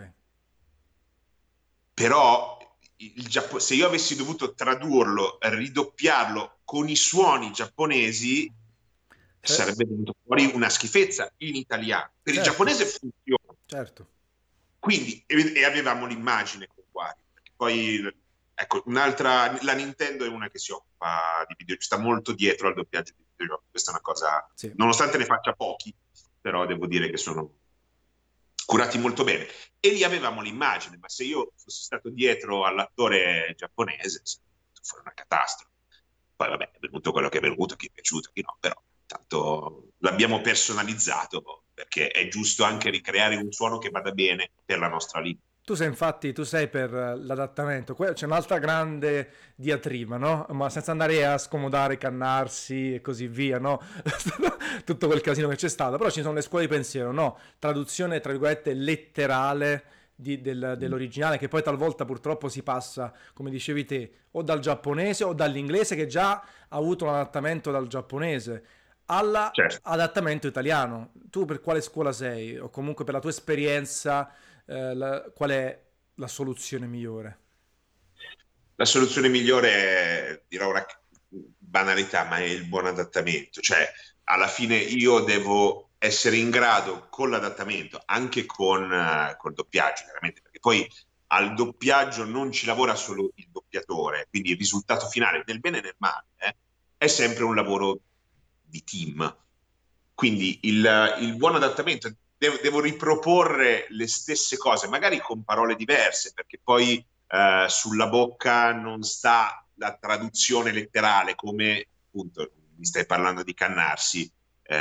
Speaker 2: però se io avessi dovuto tradurlo, ridoppiarlo con i suoni giapponesi,
Speaker 1: Cioè,
Speaker 2: sarebbe venuto fuori una schifezza in italiano. Per il
Speaker 1: certo,
Speaker 2: giapponese funziona.
Speaker 1: certo.
Speaker 2: Quindi, e avevamo l'immagine con Wario, perché poi, ecco, la Nintendo è una che si occupa di videogiochi, sta molto dietro al doppiaggio di videogiochi, questa è una cosa,
Speaker 1: Sì.
Speaker 2: nonostante ne faccia pochi, però devo dire che sono curati molto bene. E lì avevamo l'immagine, ma se io fossi stato dietro all'attore giapponese, sarebbe venuto fuori una catastrofe. Poi vabbè, è venuto quello che è venuto, chi è piaciuto, chi no, però tanto l'abbiamo personalizzato perché è giusto anche ricreare un suono che vada bene per la nostra lingua.
Speaker 1: Tu sei infatti, tu sei per l'adattamento. C'è un'altra grande diatriba, no? Ma senza andare a scomodare, cannarsi e così via, no? Tutto quel casino che c'è stato. Però ci sono le scuole di pensiero, no? Traduzione, tra virgolette, letterale dell'originale, che poi talvolta purtroppo si passa, come dicevi te, o dal giapponese o dall'inglese che già ha avuto un adattamento dal giapponese
Speaker 2: Certo.
Speaker 1: all'adattamento italiano. Tu per quale scuola sei? O comunque per la tua esperienza qual è la soluzione migliore?
Speaker 2: La soluzione migliore è, dirò una banalità, ma è il buon adattamento. Cioè, alla fine io devo essere in grado con l'adattamento, anche col doppiaggio, chiaramente, perché poi al doppiaggio non ci lavora solo il doppiatore, quindi il risultato finale, nel bene e nel male, è sempre un lavoro di team. Quindi il buon adattamento, devo riproporre le stesse cose, magari con parole diverse, perché poi sulla bocca non sta la traduzione letterale, come appunto mi stai parlando di Cannarsi,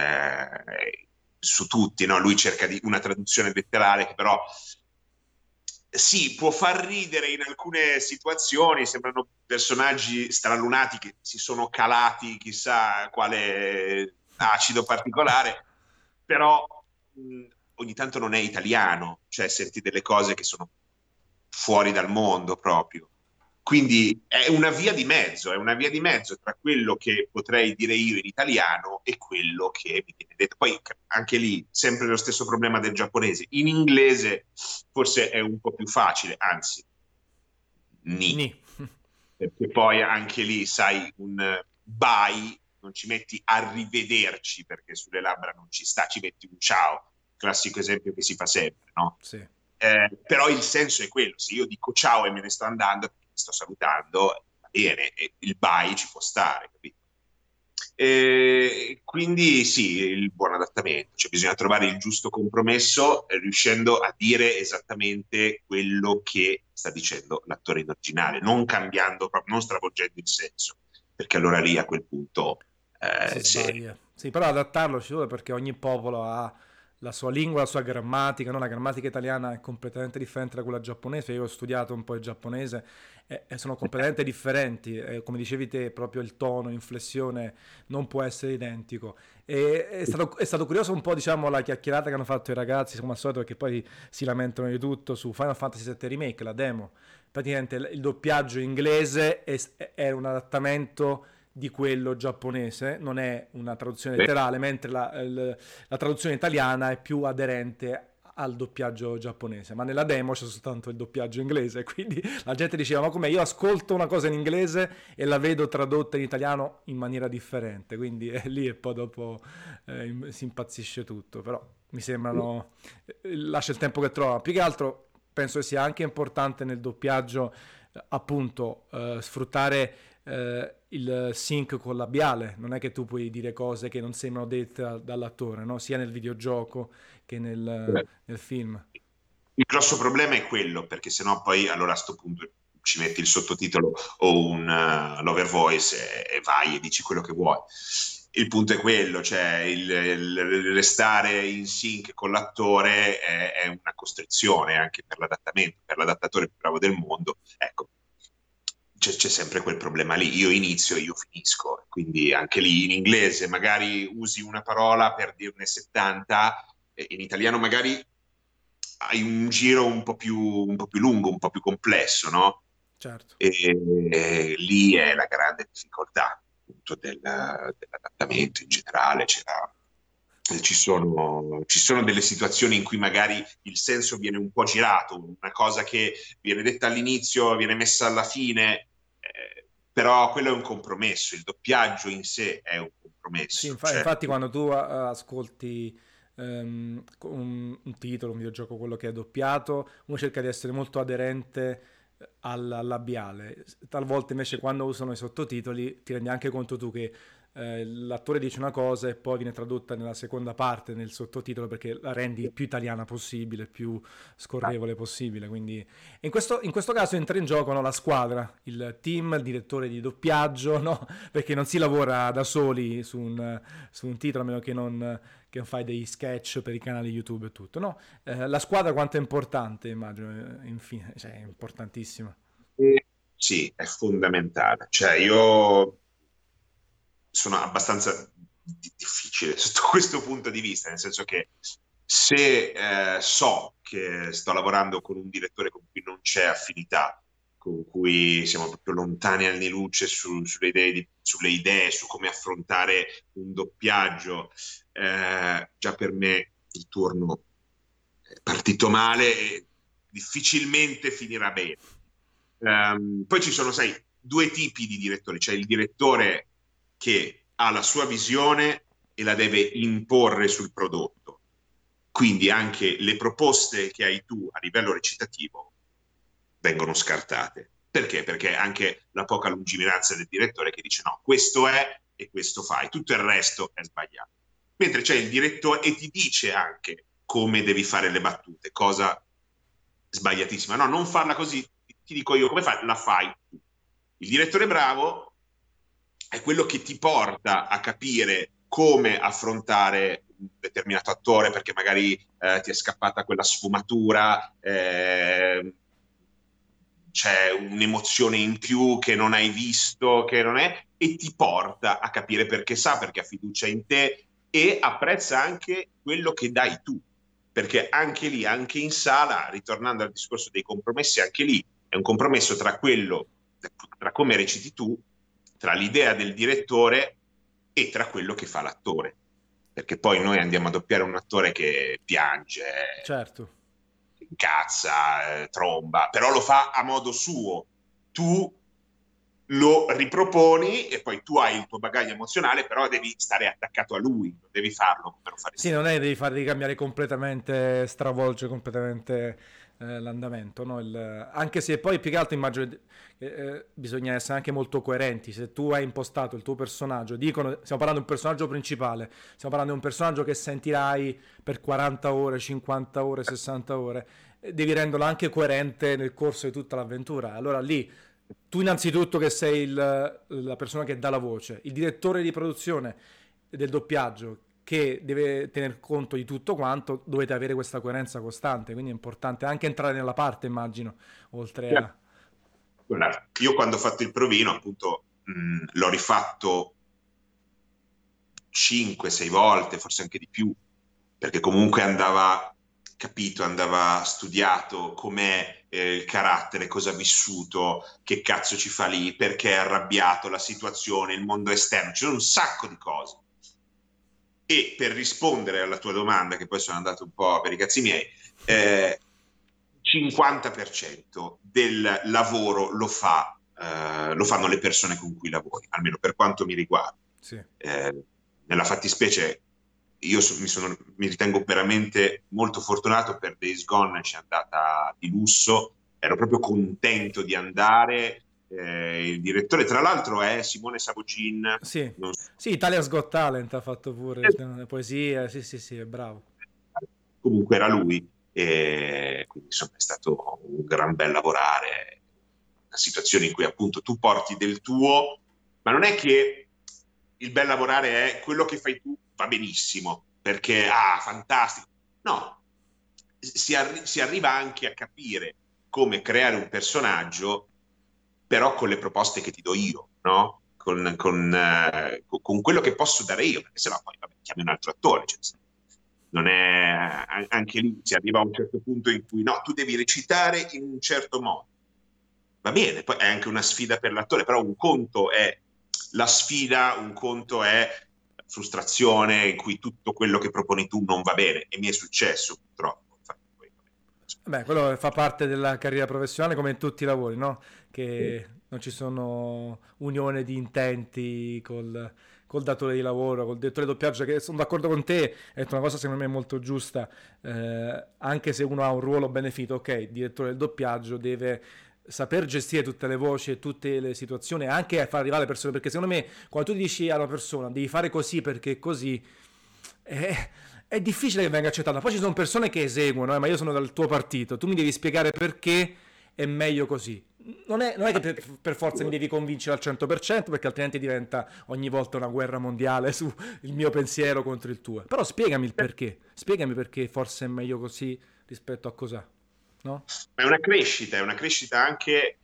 Speaker 2: su tutti, no? Lui cerca di una traduzione letterale che però sì, può far ridere in alcune situazioni, sembrano personaggi stralunati che si sono calati chissà quale acido particolare, però ogni tanto non è italiano, cioè senti delle cose che sono fuori dal mondo proprio. Quindi è una via di mezzo tra quello che potrei dire io in italiano e quello che mi viene detto. Poi anche lì, sempre lo stesso problema del giapponese. In inglese forse è un po' più facile, anzi, ni.
Speaker 1: Ni.
Speaker 2: Perché poi anche lì, sai, un bye, non ci metti arrivederci perché sulle labbra non ci sta, ci metti un ciao, classico esempio che si fa sempre, no?
Speaker 1: Sì.
Speaker 2: Però il senso è quello, se io dico ciao e me ne sto andando, mi sto salutando, bene, e il bye ci può stare, capito? E quindi sì, il buon adattamento, cioè bisogna trovare il giusto compromesso, riuscendo a dire esattamente quello che sta dicendo l'attore in originale, non cambiando, proprio, non stravolgendo il senso, perché allora lì a quel punto
Speaker 1: Si
Speaker 2: se
Speaker 1: sbaglia. Sì, però adattarlo ci vuole perché ogni popolo ha la sua lingua, la sua grammatica, no? La grammatica italiana è completamente differente da quella giapponese. Io ho studiato un po' il giapponese e sono completamente differenti. Come dicevi te, proprio il tono, l'inflessione non può essere identico. E è stato curioso un po', diciamo, la chiacchierata che hanno fatto i ragazzi, come al solito, perché poi si lamentano di tutto su Final Fantasy VII Remake, la demo. Praticamente il doppiaggio inglese è un adattamento di quello giapponese, non è una traduzione letterale, mentre la traduzione italiana è più aderente al doppiaggio giapponese, ma nella demo c'è soltanto il doppiaggio inglese, quindi la gente diceva ma come io ascolto una cosa in inglese e la vedo tradotta in italiano in maniera differente, quindi è lì e poi dopo si impazzisce tutto, però mi sembrano, lascia il tempo che trova, più che altro penso che sia anche importante nel doppiaggio appunto sfruttare il sync con labiale, non è che tu puoi dire cose che non sembrano dette dall'attore, no? Sia nel videogioco che nel film.
Speaker 2: il grosso problema è quello, perché sennò poi allora a sto punto ci metti il sottotitolo o un l'over voice e vai e dici quello che vuoi. Il punto è quello, cioè il restare in sync con l'attore è una costrizione anche per l'adattamento, per l'adattatore più bravo del mondo. Ecco, c'è sempre quel problema lì. Io inizio e io finisco, quindi anche lì in inglese magari usi una parola per dirne 70, in italiano magari hai un giro un po' più lungo, un po' più complesso, no?
Speaker 1: Certo.
Speaker 2: E lì è la grande difficoltà appunto, dell'adattamento in generale. Ci sono delle situazioni in cui magari il senso viene un po' girato, una cosa che viene detta all'inizio, viene messa alla fine, però quello è un compromesso, il doppiaggio in sé è un
Speaker 1: Sì,
Speaker 2: compromesso. Cioè,
Speaker 1: infatti quando tu ascolti un titolo, un videogioco, quello che è doppiato, uno cerca di essere molto aderente al labiale. Talvolta invece quando usano i sottotitoli ti rendi anche conto tu che l'attore dice una cosa e poi viene tradotta nella seconda parte nel sottotitolo perché la rendi il più italiana possibile, più scorrevole possibile. Quindi in questo caso entra in gioco, no, la squadra, il team, il direttore di doppiaggio, no? Perché non si lavora da soli su un titolo, a meno che non fai degli sketch per i canali YouTube e tutto, no? La squadra quanto è importante, immagino, infine, cioè è importantissima.
Speaker 2: sì, è fondamentale. Cioè, io sono abbastanza difficile sotto questo punto di vista, nel senso che se so che sto lavorando con un direttore con cui non c'è affinità, con cui siamo proprio lontani anni luce sulle idee, su come affrontare un doppiaggio, già per me il turno è partito male e difficilmente finirà bene. Poi ci sono, sai, due tipi di direttori. C'è il direttore che ha la sua visione e la deve imporre sul prodotto. Quindi anche le proposte che hai tu a livello recitativo vengono scartate. Perché? Perché anche la poca lungimiranza del direttore che dice no, questo è e questo fai, tutto il resto è sbagliato. Mentre c'è il direttore e ti dice anche come devi fare le battute, cosa sbagliatissima. No, non farla così, ti dico io come fai, la fai tu. Il direttore bravo è quello che ti porta a capire come affrontare un determinato attore perché magari ti è scappata quella sfumatura, c'è un'emozione in più che non hai visto, che non è, e ti porta a capire perché sa, perché ha fiducia in te e apprezza anche quello che dai tu. Perché anche lì, anche in sala, ritornando al discorso dei compromessi, anche lì è un compromesso tra quello, tra come reciti tu, tra l'idea del direttore e tra quello che fa l'attore. Perché poi noi andiamo a doppiare un attore che piange,
Speaker 1: Certo.
Speaker 2: incazza, tromba, però lo fa a modo suo. Tu lo riproponi e poi tu hai il tuo bagaglio emozionale, però devi stare attaccato a lui, non devi farlo come lo
Speaker 1: Sì,
Speaker 2: faresti.
Speaker 1: non è che devi cambiare completamente, stravolgere completamente l'andamento, no? Anche se poi più che altro immagino che bisogna essere anche molto coerenti. Se tu hai impostato il tuo personaggio, dicono, stiamo parlando di un personaggio principale, stiamo parlando di un personaggio che sentirai per 40 ore, 50 ore, 60 ore, devi renderlo anche coerente nel corso di tutta l'avventura. Allora lì, tu innanzitutto che sei la persona che dà la voce, il direttore di produzione del doppiaggio che deve tener conto di tutto quanto, dovete avere questa coerenza costante, quindi è importante anche entrare nella parte, immagino, oltre a...
Speaker 2: Guarda, io quando ho fatto il provino, appunto, l'ho rifatto 5-6 volte, forse anche di più, perché comunque andava capito, andava studiato com'è il carattere, cosa ha vissuto, che cazzo ci fa lì, perché è arrabbiato, la situazione, il mondo esterno, c'è un sacco di cose. E per rispondere alla tua domanda, che poi sono andato un po' per i cazzi miei, 50% del lavoro lo fanno le persone con cui lavori, almeno per quanto mi riguarda.
Speaker 1: Sì.
Speaker 2: Nella fattispecie io mi ritengo veramente molto fortunato, per Days Gone ci è andata di lusso, ero proprio contento di andare. Il direttore tra l'altro è Simone Sabogin.
Speaker 1: Sì,
Speaker 2: Non
Speaker 1: sì, Italia's Got Talent ha fatto pure le poesie, sì, sì, sì, è bravo.
Speaker 2: Comunque era lui, e quindi insomma è stato un gran bel lavorare, una situazione in cui appunto tu porti del tuo, ma non è che il bel lavorare è quello che fai tu va benissimo, perché fantastico, no, si arriva anche a capire come creare un personaggio, però con le proposte che ti do io, no? Con quello che posso dare io, perché sennò poi vabbè, chiami un altro attore, cioè, non è, anche lì si arriva a un certo punto in cui no, tu devi recitare in un certo modo. Va bene, poi è anche una sfida per l'attore, però un conto è la sfida, un conto è frustrazione in cui tutto quello che proponi tu non va bene, e mi è successo purtroppo.
Speaker 1: Beh, quello fa parte della carriera professionale come in tutti i lavori, no? Che non ci sono unione di intenti col datore di lavoro, col direttore di doppiaggio, che sono d'accordo con te, è una cosa secondo me molto giusta, anche se uno ha un ruolo beneficio, ok, il direttore del doppiaggio deve saper gestire tutte le voci e tutte le situazioni, anche a far arrivare le persone, perché secondo me quando tu dici a una persona devi fare così perché è così, è difficile che venga accettata. Poi ci sono persone che eseguono, ma io sono dal tuo partito, tu mi devi spiegare perché è meglio così. Non è che per forza mi devi convincere al 100%, perché altrimenti diventa ogni volta una guerra mondiale su il mio pensiero contro il tuo. Però spiegami perché forse è meglio così rispetto a cos'è, no?
Speaker 2: Ma è una crescita anche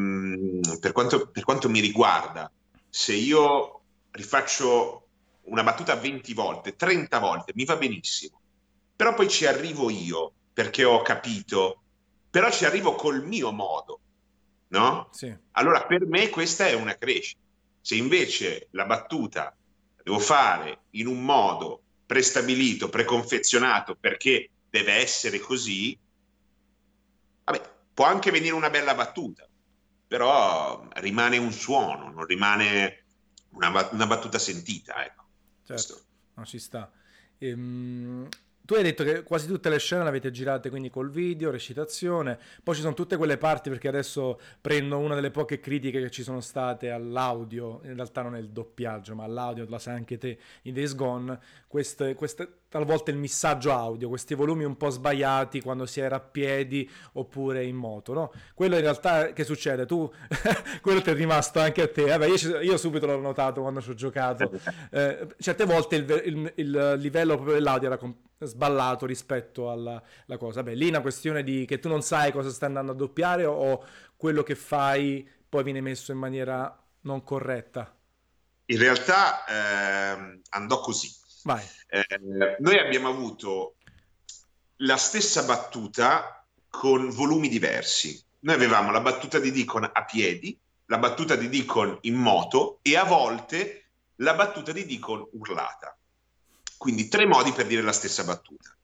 Speaker 2: per quanto mi riguarda. Se io rifaccio una battuta 20 volte, 30 volte, mi va benissimo. Però poi ci arrivo io, perché ho capito, però ci arrivo col mio modo, no?
Speaker 1: Sì,
Speaker 2: Allora per me questa è una crescita. Se invece la battuta la devo fare in un modo prestabilito, preconfezionato, perché deve essere così, vabbè, può anche venire una bella battuta, però rimane un suono, non rimane una battuta sentita, ecco.
Speaker 1: certo,
Speaker 2: Questo.
Speaker 1: no, ci sta. Ehm, Tu hai detto che quasi tutte le scene le avete girate quindi col video, recitazione, poi ci sono tutte quelle parti, perché adesso prendo una delle poche critiche che ci sono state all'audio, in realtà non è il doppiaggio, ma all'audio, la sai anche te in Days Gone, talvolta il missaggio audio, questi volumi un po' sbagliati quando si era a piedi oppure in moto, no? Quello in realtà che succede? Tu, quello ti è rimasto anche a te, vabbè, io subito l'ho notato quando ci ho giocato, certe volte il livello proprio dell'audio era sballato rispetto alla cosa. Beh, lì è una questione di che tu non sai cosa stai andando a doppiare, o quello che fai poi viene messo in maniera non corretta.
Speaker 2: In realtà andò così.
Speaker 1: Vai.
Speaker 2: Noi abbiamo avuto la stessa battuta con volumi diversi. Noi avevamo la battuta di Deacon a piedi, la battuta di Deacon in moto e a volte la battuta di Deacon urlata. Quindi 3 modi per dire la stessa battuta.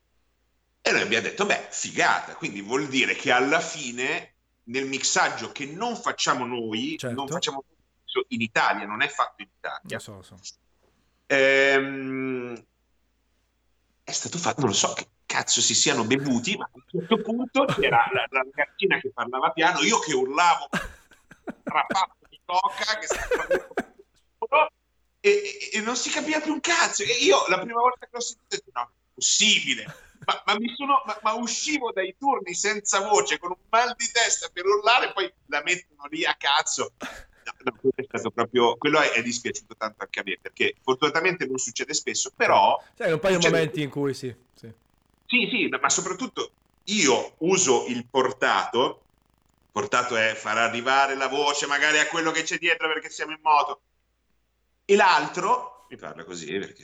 Speaker 2: E noi abbiamo detto, beh, figata, quindi vuol dire che alla fine nel mixaggio che non facciamo noi, non
Speaker 1: Certo,
Speaker 2: facciamo in Italia, non è fatto in
Speaker 1: lo
Speaker 2: Italia,
Speaker 1: so.
Speaker 2: è stato fatto, non lo so, che cazzo si siano bevuti, ma a un certo punto c'era la ragazzina che parlava piano, io che urlavo rapato di coca che e non si capiva più un cazzo. E io la prima volta che l'ho sentito ho detto no, è possibile. Ma uscivo dai turni senza voce, con un mal di testa per urlare, poi la mettono lì a cazzo. No, quello è stato proprio, quello è dispiaciuto tanto anche a me, perché fortunatamente non succede spesso, però
Speaker 1: Sai, un paio di
Speaker 2: succede.
Speaker 1: momenti in cui sì.
Speaker 2: Sì, ma soprattutto io uso il portato. Portato è far arrivare la voce magari a quello che c'è dietro perché siamo in moto. E l'altro mi parla così perché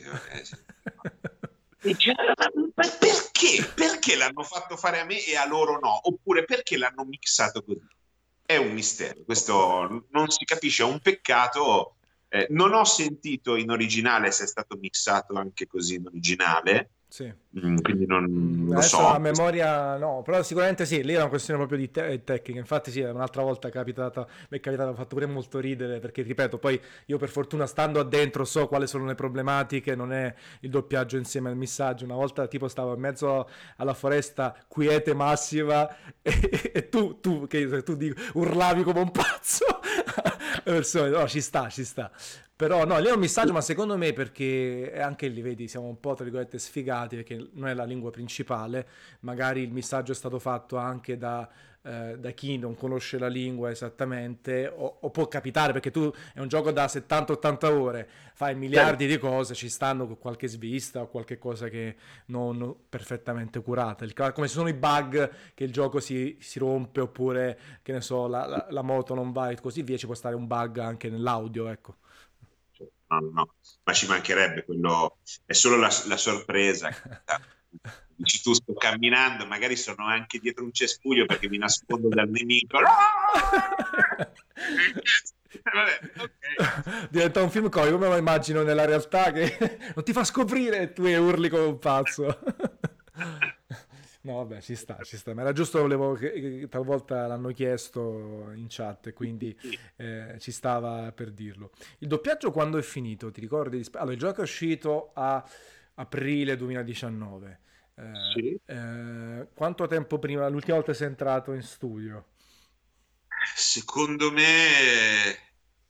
Speaker 2: dice, ma perché? Perché l'hanno fatto fare a me e a loro no? Oppure perché l'hanno mixato così? È un mistero, questo non si capisce, è un peccato. Non ho sentito in originale se è stato mixato anche così in originale,
Speaker 1: Sì.
Speaker 2: quindi non lo
Speaker 1: Adesso a
Speaker 2: so.
Speaker 1: memoria no, però sicuramente sì, lì è una questione proprio di tecnica. Infatti sì, un'altra volta mi è capitato, ha fatto pure molto ridere perché, ripeto, poi io per fortuna stando addentro so quali sono le problematiche, non è il doppiaggio insieme al missaggio. Una volta tipo stavo in mezzo alla foresta, quiete massima, e tu urlavi come un pazzo. Le persone, no, ci sta, ci sta. Però no, lì è un messaggio, ma secondo me perché anche lì, vedi, siamo un po' tra virgolette sfigati perché non è la lingua principale, magari il messaggio è stato fatto anche da chi non conosce la lingua esattamente, o può capitare perché tu è un gioco da 70-80 ore, fai miliardi di cose, ci stanno con qualche svista o qualche cosa che non perfettamente curata. Come se sono i bug che il gioco si rompe oppure, che ne so, la moto non va e così via, ci può stare un bug anche nell'audio, ecco.
Speaker 2: No, ma ci mancherebbe, quello è solo la sorpresa. Dici tu, sto camminando, magari sono anche dietro un cespuglio perché mi nascondo dal nemico. Vabbè, okay.
Speaker 1: Diventa un film comico, come lo immagino nella realtà che non ti fa scoprire e tu urli come un pazzo. No, vabbè, ci sta. Ma era giusto, volevo che talvolta l'hanno chiesto in chat, e quindi ci stava per dirlo. Il doppiaggio quando è finito? Ti ricordi? Allora, il gioco è uscito a aprile 2019.
Speaker 2: Sì.
Speaker 1: Quanto tempo prima? L'ultima volta sei entrato in studio?
Speaker 2: Secondo me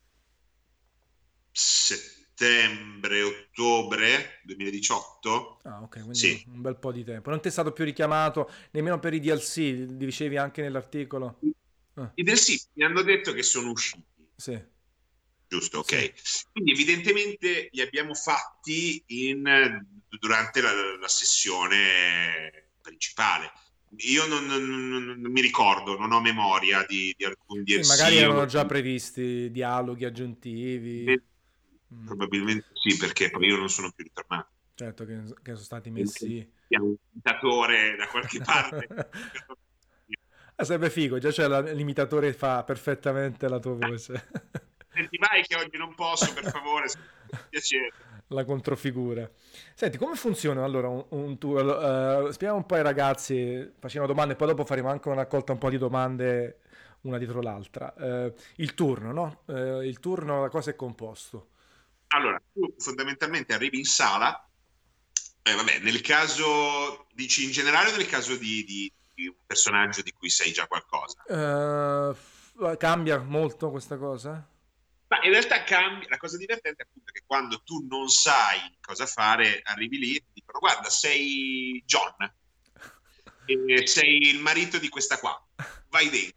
Speaker 2: settembre, ottobre 2018.
Speaker 1: Ah, ok, quindi
Speaker 2: Sì.
Speaker 1: un bel po' di tempo. Non ti è stato più richiamato nemmeno per i DLC, dicevi anche nell'articolo. Ah,
Speaker 2: I del sì, mi hanno detto che sono usciti.
Speaker 1: sì,
Speaker 2: Giusto,
Speaker 1: sì.
Speaker 2: ok. Quindi evidentemente li abbiamo fatti durante la sessione principale. Io non mi ricordo, non ho memoria di alcun
Speaker 1: Sì, magari
Speaker 2: DLC.
Speaker 1: erano già previsti dialoghi aggiuntivi. Mm,
Speaker 2: Probabilmente sì, perché poi io non sono più ritornato.
Speaker 1: certo che sono stati messi.
Speaker 2: C'è un imitatore da qualche parte.
Speaker 1: Sarebbe figo, già c'è l'imitatore che fa perfettamente la tua voce.
Speaker 2: Senti, vai che oggi non posso, per favore, se mi piace.
Speaker 1: La controfigura. Senti, come funziona allora un tour? Spieghiamo un po' ai ragazzi, facciamo domande, poi dopo faremo anche una raccolta un po' di domande una dietro l'altra. Il turno, no? Il turno, da cosa è composto?
Speaker 2: Allora, tu fondamentalmente arrivi in sala, vabbè, nel caso, dici in generale o nel caso di un personaggio di cui sai già qualcosa?
Speaker 1: Cambia molto questa cosa?
Speaker 2: Ma in realtà cambia, la cosa divertente è appunto che quando tu non sai cosa fare, arrivi lì e ti dicono, guarda, sei John, e sei il marito di questa qua, vai dentro.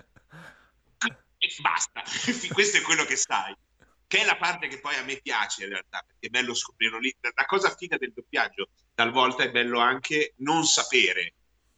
Speaker 2: E basta, questo è quello che sai. Che è la parte che poi a me piace in realtà, perché è bello scoprirlo lì. La cosa figa del doppiaggio, talvolta è bello anche non sapere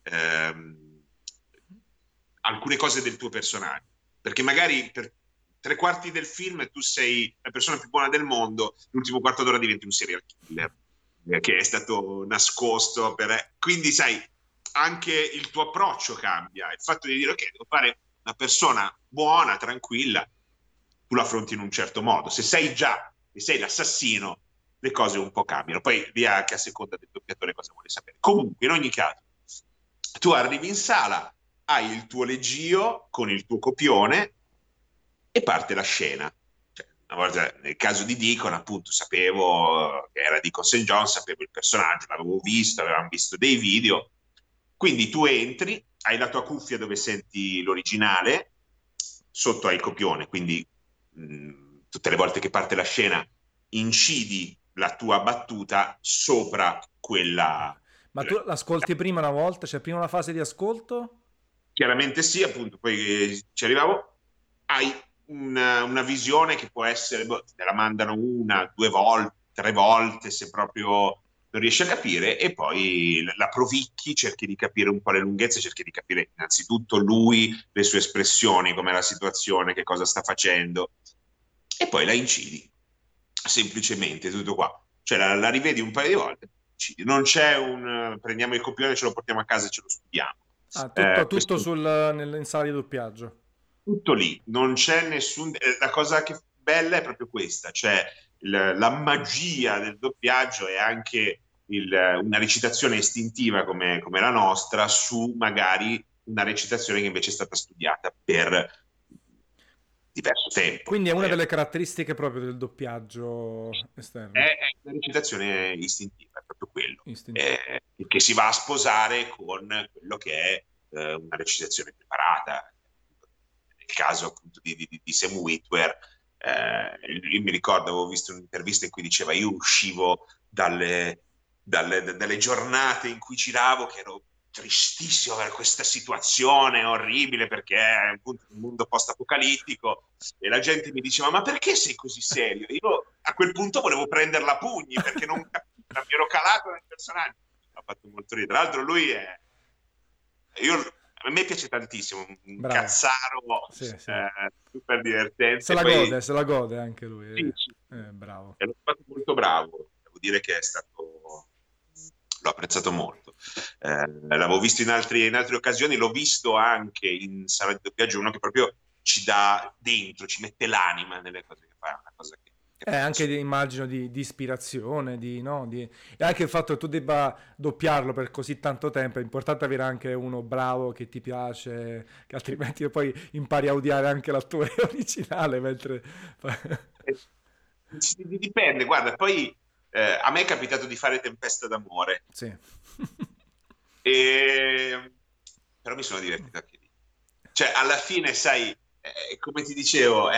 Speaker 2: alcune cose del tuo personaggio, perché magari per tre quarti del film tu sei la persona più buona del mondo, l'ultimo quarto d'ora diventi un serial killer che è stato nascosto quindi sai, anche il tuo approccio cambia, il fatto di dire ok, devo fare una persona buona, tranquilla, tu la affronti in un certo modo. Se sei già e sei l'assassino, le cose un po' cambiano. Poi via anche a seconda del doppiatore cosa vuole sapere. Comunque, in ogni caso, tu arrivi in sala, hai il tuo leggio con il tuo copione e parte la scena. Cioè, Una volta, nel caso di Deacon, appunto, sapevo che era Deacon St. John, sapevo il personaggio, l'avevo visto, avevamo visto dei video. Quindi tu entri, hai la tua cuffia dove senti l'originale, sotto hai il copione, quindi tutte le volte che parte la scena incidi la tua battuta sopra quella.
Speaker 1: Ma tu l'ascolti prima una volta? C'è prima una fase di ascolto?
Speaker 2: Chiaramente sì, appunto, poi ci arrivavo, hai una visione che può essere, te la mandano una, due volte, tre volte, se proprio non riesci a capire, e poi la provicchi, cerchi di capire un po' le lunghezze, cerchi di capire innanzitutto lui, le sue espressioni, com'è la situazione, che cosa sta facendo, e poi la incidi, semplicemente, tutto qua. Cioè la rivedi un paio di volte, non c'è prendiamo il copione, ce lo portiamo a casa e ce lo studiamo.
Speaker 1: Ah, tutto
Speaker 2: Questo
Speaker 1: in sala di doppiaggio.
Speaker 2: tutto lì, non c'è nessun. La cosa che bella è proprio questa, cioè la magia del doppiaggio è anche una recitazione istintiva come la nostra su magari una recitazione che invece è stata studiata per diverso tempo.
Speaker 1: Quindi è una delle caratteristiche proprio del doppiaggio esterno.
Speaker 2: È una recitazione istintiva, è proprio quello,
Speaker 1: Istintivo.
Speaker 2: che si va a sposare con quello che è una recitazione preparata. Nel caso appunto di Sam Witwer, io mi ricordo, avevo visto un'intervista in cui diceva io uscivo dalle giornate in cui giravo che ero tristissimo per questa situazione orribile perché è appunto un mondo post-apocalittico e la gente mi diceva ma perché sei così serio? Io a quel punto volevo prenderla a pugni perché non capivo, mi ero calato nel personaggio. Ha fatto molto ridere. Tra l'altro lui è. A me piace tantissimo, un
Speaker 1: Bravo.
Speaker 2: cazzaro
Speaker 1: Sì, sì.
Speaker 2: super divertente. Poi,
Speaker 1: Se la gode anche lui.
Speaker 2: sì, sì,
Speaker 1: Bravo.
Speaker 2: è stato molto bravo, devo dire che l'ho apprezzato molto. L'avevo visto in altre occasioni, l'ho visto anche in sala di doppiaggio, uno che proprio ci dà dentro, ci mette l'anima nelle cose che fa, è una cosa che
Speaker 1: Anche
Speaker 2: apprezzo.
Speaker 1: immagino di ispirazione, no? E anche il fatto che tu debba doppiarlo per così tanto tempo, è importante avere anche uno bravo che ti piace, che altrimenti poi impari a odiare anche l'attore originale mentre.
Speaker 2: Eh, Dipende, guarda, poi a me è capitato di fare Tempesta d'amore,
Speaker 1: Sì.
Speaker 2: e. Però mi sono divertito anche lì. Cioè, alla fine, sai, come ti dicevo,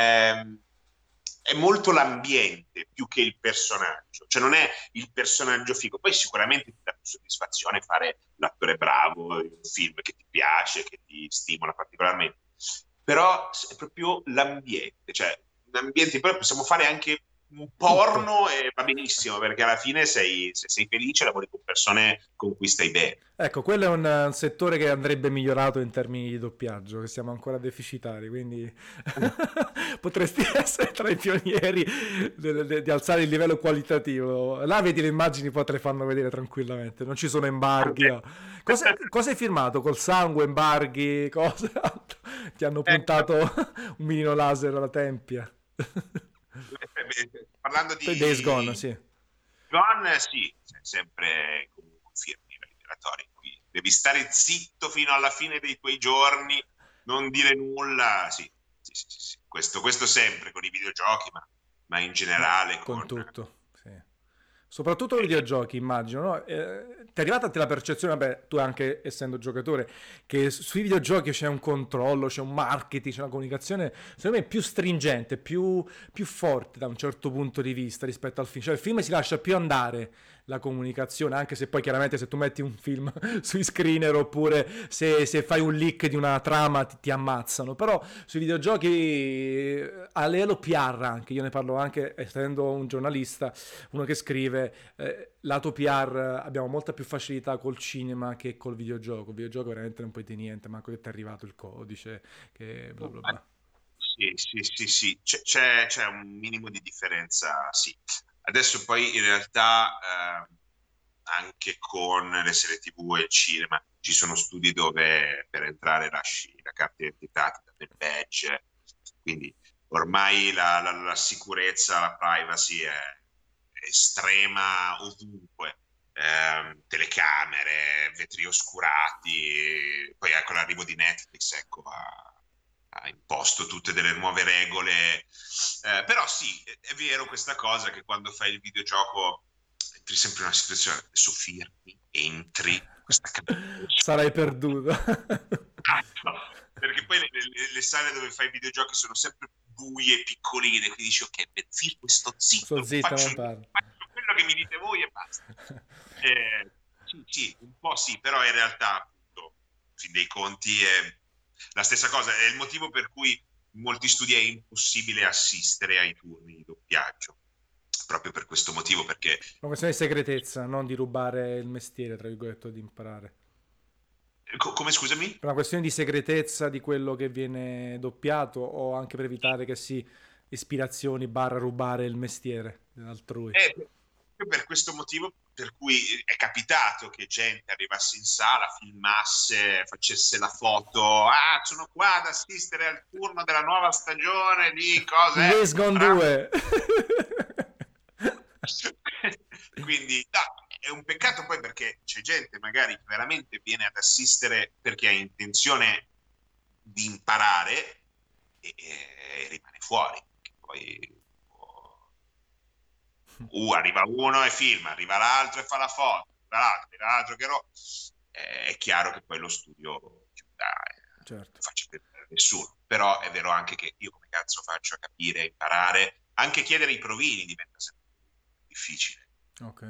Speaker 2: è molto l'ambiente più che il personaggio. Cioè, non è il personaggio figo. Poi sicuramente ti dà più soddisfazione fare l'attore bravo, un film che ti piace, che ti stimola particolarmente. Però è proprio l'ambiente. Cioè, l'ambiente, poi possiamo fare anche un
Speaker 1: Tutto.
Speaker 2: porno e va benissimo, perché alla fine se sei felice, lavori con persone con cui stai bene.
Speaker 1: Ecco, quello è un settore che andrebbe migliorato in termini di doppiaggio, che siamo ancora deficitari, quindi potresti essere tra i pionieri di alzare il livello qualitativo. Là vedi le immagini, poi te le fanno vedere tranquillamente, non ci sono embarghi.
Speaker 2: Anche.
Speaker 1: No. Cosa hai firmato? Col sangue, embarghi, cosa? Ti hanno puntato un mirino laser alla tempia.
Speaker 2: Parlando
Speaker 1: Days Gone,
Speaker 2: di
Speaker 1: sì.
Speaker 2: Gone, sì, sempre comunque firmi liberatori in cui devi stare zitto fino alla fine dei tuoi giorni, non dire nulla, sì, sì, sì, sì, sì. Questo sempre con i videogiochi, ma in
Speaker 1: Ma
Speaker 2: generale
Speaker 1: con
Speaker 2: con.
Speaker 1: tutto, sì. Soprattutto i videogiochi, immagino, no? Ti è arrivata a te la percezione, vabbè, tu anche essendo giocatore, che sui videogiochi c'è un controllo, c'è un marketing, c'è una comunicazione, secondo me, più stringente, più forte da un certo punto di vista rispetto al film. Cioè il film si lascia più andare la comunicazione, anche se poi chiaramente se tu metti un film sui screener oppure se fai un leak di una trama ti ammazzano, però sui videogiochi a livello PR anche, io ne parlo anche essendo un giornalista, uno che scrive, lato PR abbiamo molta più facilità col cinema che col videogioco, il videogioco veramente non puoi dire niente, manco che ti è arrivato il codice, che bla bla bla.
Speaker 2: Sì, sì, sì, sì, c'è un minimo di differenza, sì. Adesso poi in realtà anche con le serie TV e il cinema ci sono studi dove per entrare lasci la carta d'identità, ti danno il badge, quindi ormai la sicurezza, la privacy è estrema ovunque. Telecamere, vetri oscurati, poi con l'arrivo di Netflix, ecco, ha imposto tutte delle nuove regole, però sì, è vero questa cosa che quando fai il videogioco entri sempre in una situazione, adesso firmi, entri, questa
Speaker 1: Sarai perduto.
Speaker 2: perché poi le sale dove fai i videogiochi sono sempre buie, piccoline, quindi dici ok, firmo e sto
Speaker 1: Sto
Speaker 2: zitto,
Speaker 1: zitto, non parlo.
Speaker 2: faccio quello che mi dite voi e basta. Sì, sì, un po' sì, però in realtà, appunto, in fin dei conti è la stessa cosa, è il motivo per cui in molti studi è impossibile assistere ai turni di doppiaggio, proprio per questo motivo, perché
Speaker 1: Una questione di segretezza, non di rubare il mestiere, tra virgolette, o di imparare.
Speaker 2: come scusami?
Speaker 1: Per una questione di segretezza di quello che viene doppiato o anche per evitare che si ispirazioni barra rubare il mestiere altrui.
Speaker 2: È proprio per questo motivo per cui è capitato che gente arrivasse in sala, filmasse, facesse la foto. Ah, sono qua ad assistere al turno della nuova stagione di
Speaker 1: Di
Speaker 2: cose.
Speaker 1: Days Gone 2.
Speaker 2: Quindi no, è un peccato poi perché c'è gente magari che veramente viene ad assistere perché ha intenzione di imparare e rimane fuori. Poi arriva uno e filma, arriva l'altro e fa la foto, arriva l'altro che è chiaro che poi lo studio chiuda,
Speaker 1: Certo.
Speaker 2: non faccia vedere nessuno. Però è vero anche che io come cazzo faccio a capire, imparare, anche chiedere i provini diventa sempre più difficile.
Speaker 1: Ok.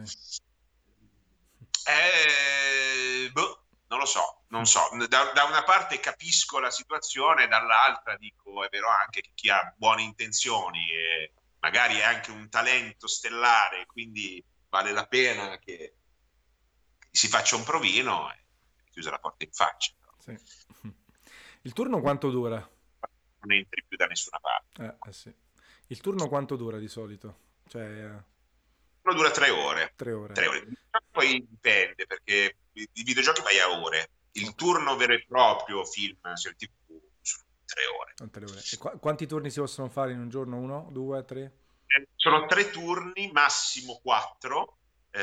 Speaker 2: Non lo so, non so. Da una parte capisco la situazione, dall'altra dico è vero anche che chi ha buone intenzioni e magari è anche un talento stellare, quindi vale la pena che si faccia un provino e chiusa la porta in faccia.
Speaker 1: Sì. Il turno quanto dura?
Speaker 2: Non entri più da nessuna parte.
Speaker 1: Sì. Il turno quanto dura di solito? Cioè,
Speaker 2: Dura 3 ore.
Speaker 1: 3 ore.
Speaker 2: 3 ore. Poi dipende, perché i videogiochi vai a ore. Il
Speaker 1: Ok.
Speaker 2: turno vero e proprio, film, serie TV, sono 3 ore.
Speaker 1: Sono 3 ore. E quanti turni si possono fare in un giorno? Uno, due, tre?
Speaker 2: Sono 3 turni, massimo 4.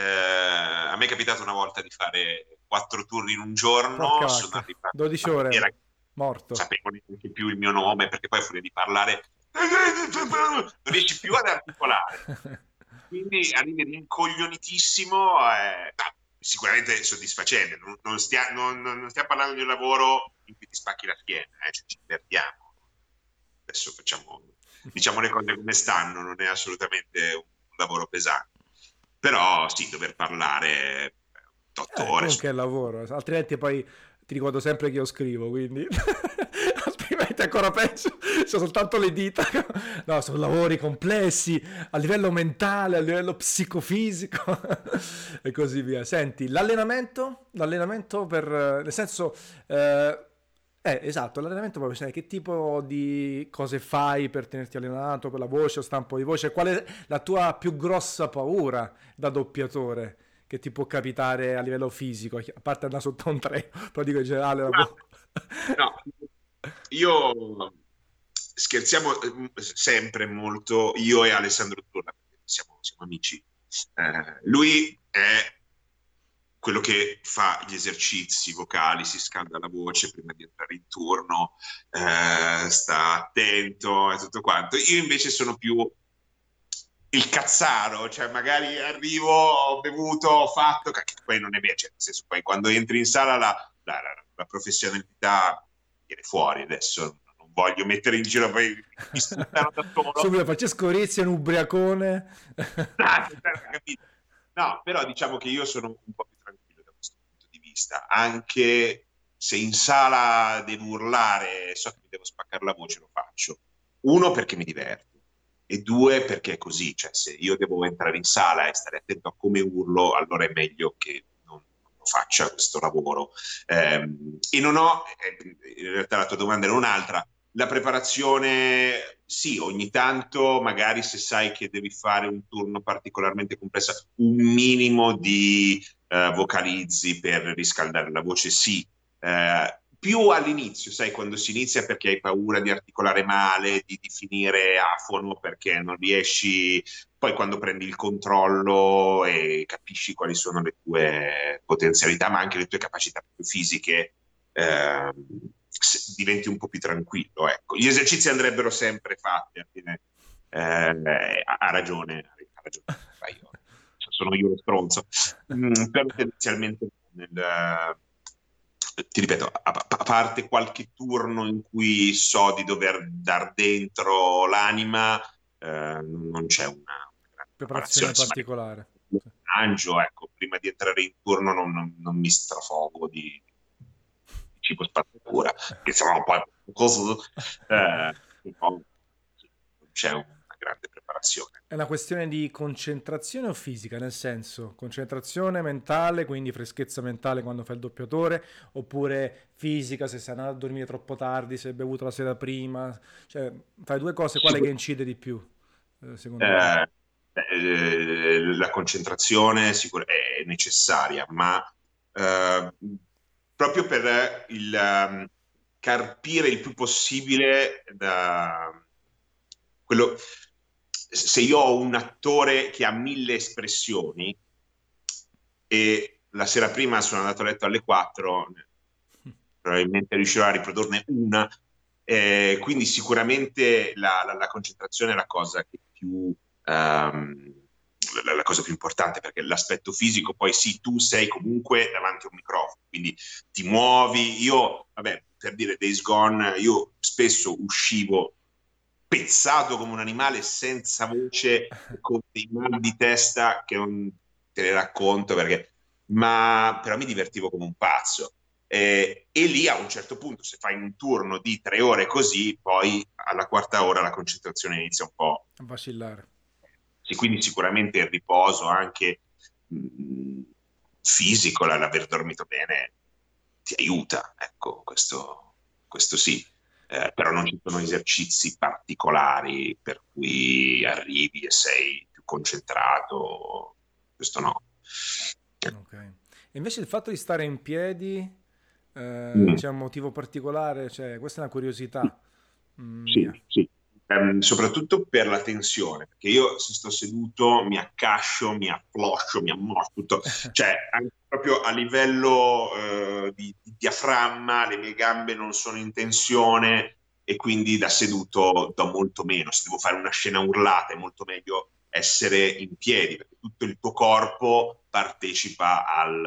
Speaker 2: A me è capitato una volta di fare 4 turni in un
Speaker 1: Porca
Speaker 2: giorno, sono
Speaker 1: vacca.
Speaker 2: arrivato
Speaker 1: 12
Speaker 2: alla sera,
Speaker 1: ore.
Speaker 2: non
Speaker 1: Morto.
Speaker 2: sapevo neanche più il mio nome, perché poi a furia di parlare non riesci più ad articolare. Quindi arrivi rincoglionitissimo, sicuramente soddisfacente. Non stiamo parlando di un lavoro in cui ti spacchi la schiena, cioè ci divertiamo. Adesso diciamo le cose come stanno, non è assolutamente un lavoro pesante. Però sì, dover parlare 8 ore.
Speaker 1: Comunque è lavoro, altrimenti poi ti ricordo sempre che io scrivo, quindi altrimenti è ancora peggio, sono soltanto le dita. No, sono lavori complessi a livello mentale, a livello psicofisico e così via. Senti, l'allenamento per, nel senso, esatto, l'allenamento proprio, cioè, che tipo di cose fai per tenerti allenato, per la voce o stampo di voce? Qual è la tua più grossa paura da doppiatore? Che ti può capitare a livello fisico, a parte andare sotto un treno, però dico in generale
Speaker 2: No, io scherziamo sempre molto, io e Alessandro Turra, perché siamo amici. Lui è quello che fa gli esercizi vocali, si scalda la voce prima di entrare in turno, sta attento e tutto quanto. Io invece sono più il cazzaro, cioè magari arrivo, ho bevuto, ho fatto, che poi non è vero, cioè, nel senso, poi quando entri in sala la professionalità viene fuori. Adesso non voglio mettere in giro, poi mi sputtano da solo.
Speaker 1: subito Francesco Rizzi è un ubriacone.
Speaker 2: Capito? No, però diciamo che io sono un po' più tranquillo da questo punto di vista, anche se in sala devo urlare, so che mi devo spaccare la voce, lo faccio. Uno, perché mi diverto, e due, perché è così, cioè se io devo entrare in sala e stare attento a come urlo, allora è meglio che non faccia questo lavoro. E non ho, in realtà la tua domanda era un'altra, la preparazione, sì, ogni tanto, magari se sai che devi fare un turno particolarmente complesso, un minimo di vocalizzi per riscaldare la voce, sì. Più all'inizio, sai, quando si inizia perché hai paura di articolare male, di finire afono perché non riesci, poi quando prendi il controllo e capisci quali sono le tue potenzialità, ma anche le tue capacità più fisiche, diventi un po' più tranquillo, ecco. Gli esercizi andrebbero sempre fatti, alla fine, ha ragione, io, sono io lo stronzo. Però tendenzialmente ti ripeto, a parte qualche turno in cui so di dover dar dentro l'anima, non c'è una grande
Speaker 1: Preparazione
Speaker 2: preparazione.
Speaker 1: particolare.
Speaker 2: Mangio, ecco, prima di entrare in turno non mi strafogo di cibo spazzatura, che sarà un po' cosa, non c'è una grande preparazione.
Speaker 1: È una questione di concentrazione o fisica, nel senso, concentrazione mentale, quindi freschezza mentale quando fai il doppiatore, oppure fisica se sei andato a dormire troppo tardi, se hai bevuto la sera prima, cioè fai due cose, quale che incide di più, secondo te?
Speaker 2: La concentrazione è necessaria, ma proprio per carpire il più possibile da quello. Se io ho un attore che ha 1000 espressioni e la sera prima sono andato a letto alle 4, probabilmente riuscirò a riprodurne una. Quindi sicuramente la concentrazione è la cosa che più la cosa più importante, perché l'aspetto fisico, poi sì, tu sei comunque davanti a un microfono, quindi ti muovi. Io, vabbè, per dire Days Gone, io spesso uscivo pezzato come un animale, senza voce, con dei mal di testa che non te ne racconto, ma però mi divertivo come un pazzo. E lì a un certo punto, se fai un turno di 3 ore così, poi alla quarta ora la concentrazione inizia un po'.
Speaker 1: A vacillare.
Speaker 2: Sì, quindi sicuramente il riposo anche fisico, l'aver dormito bene ti aiuta, ecco, questo sì. Però non ci sono esercizi particolari per cui arrivi e sei più concentrato, questo no.
Speaker 1: Ok. E invece il fatto di stare in piedi,
Speaker 2: Mm.
Speaker 1: c'è un motivo particolare? Cioè, questa è una curiosità
Speaker 2: Sì,
Speaker 1: mia.
Speaker 2: sì. Soprattutto per la tensione, perché io se sto seduto mi accascio, mi affloscio, mi ammoscio, tutto. Cioè, anche proprio a livello di diaframma, le mie gambe non sono in tensione e quindi da seduto do molto meno. Se devo fare una scena urlata è molto meglio essere in piedi, perché tutto il tuo corpo partecipa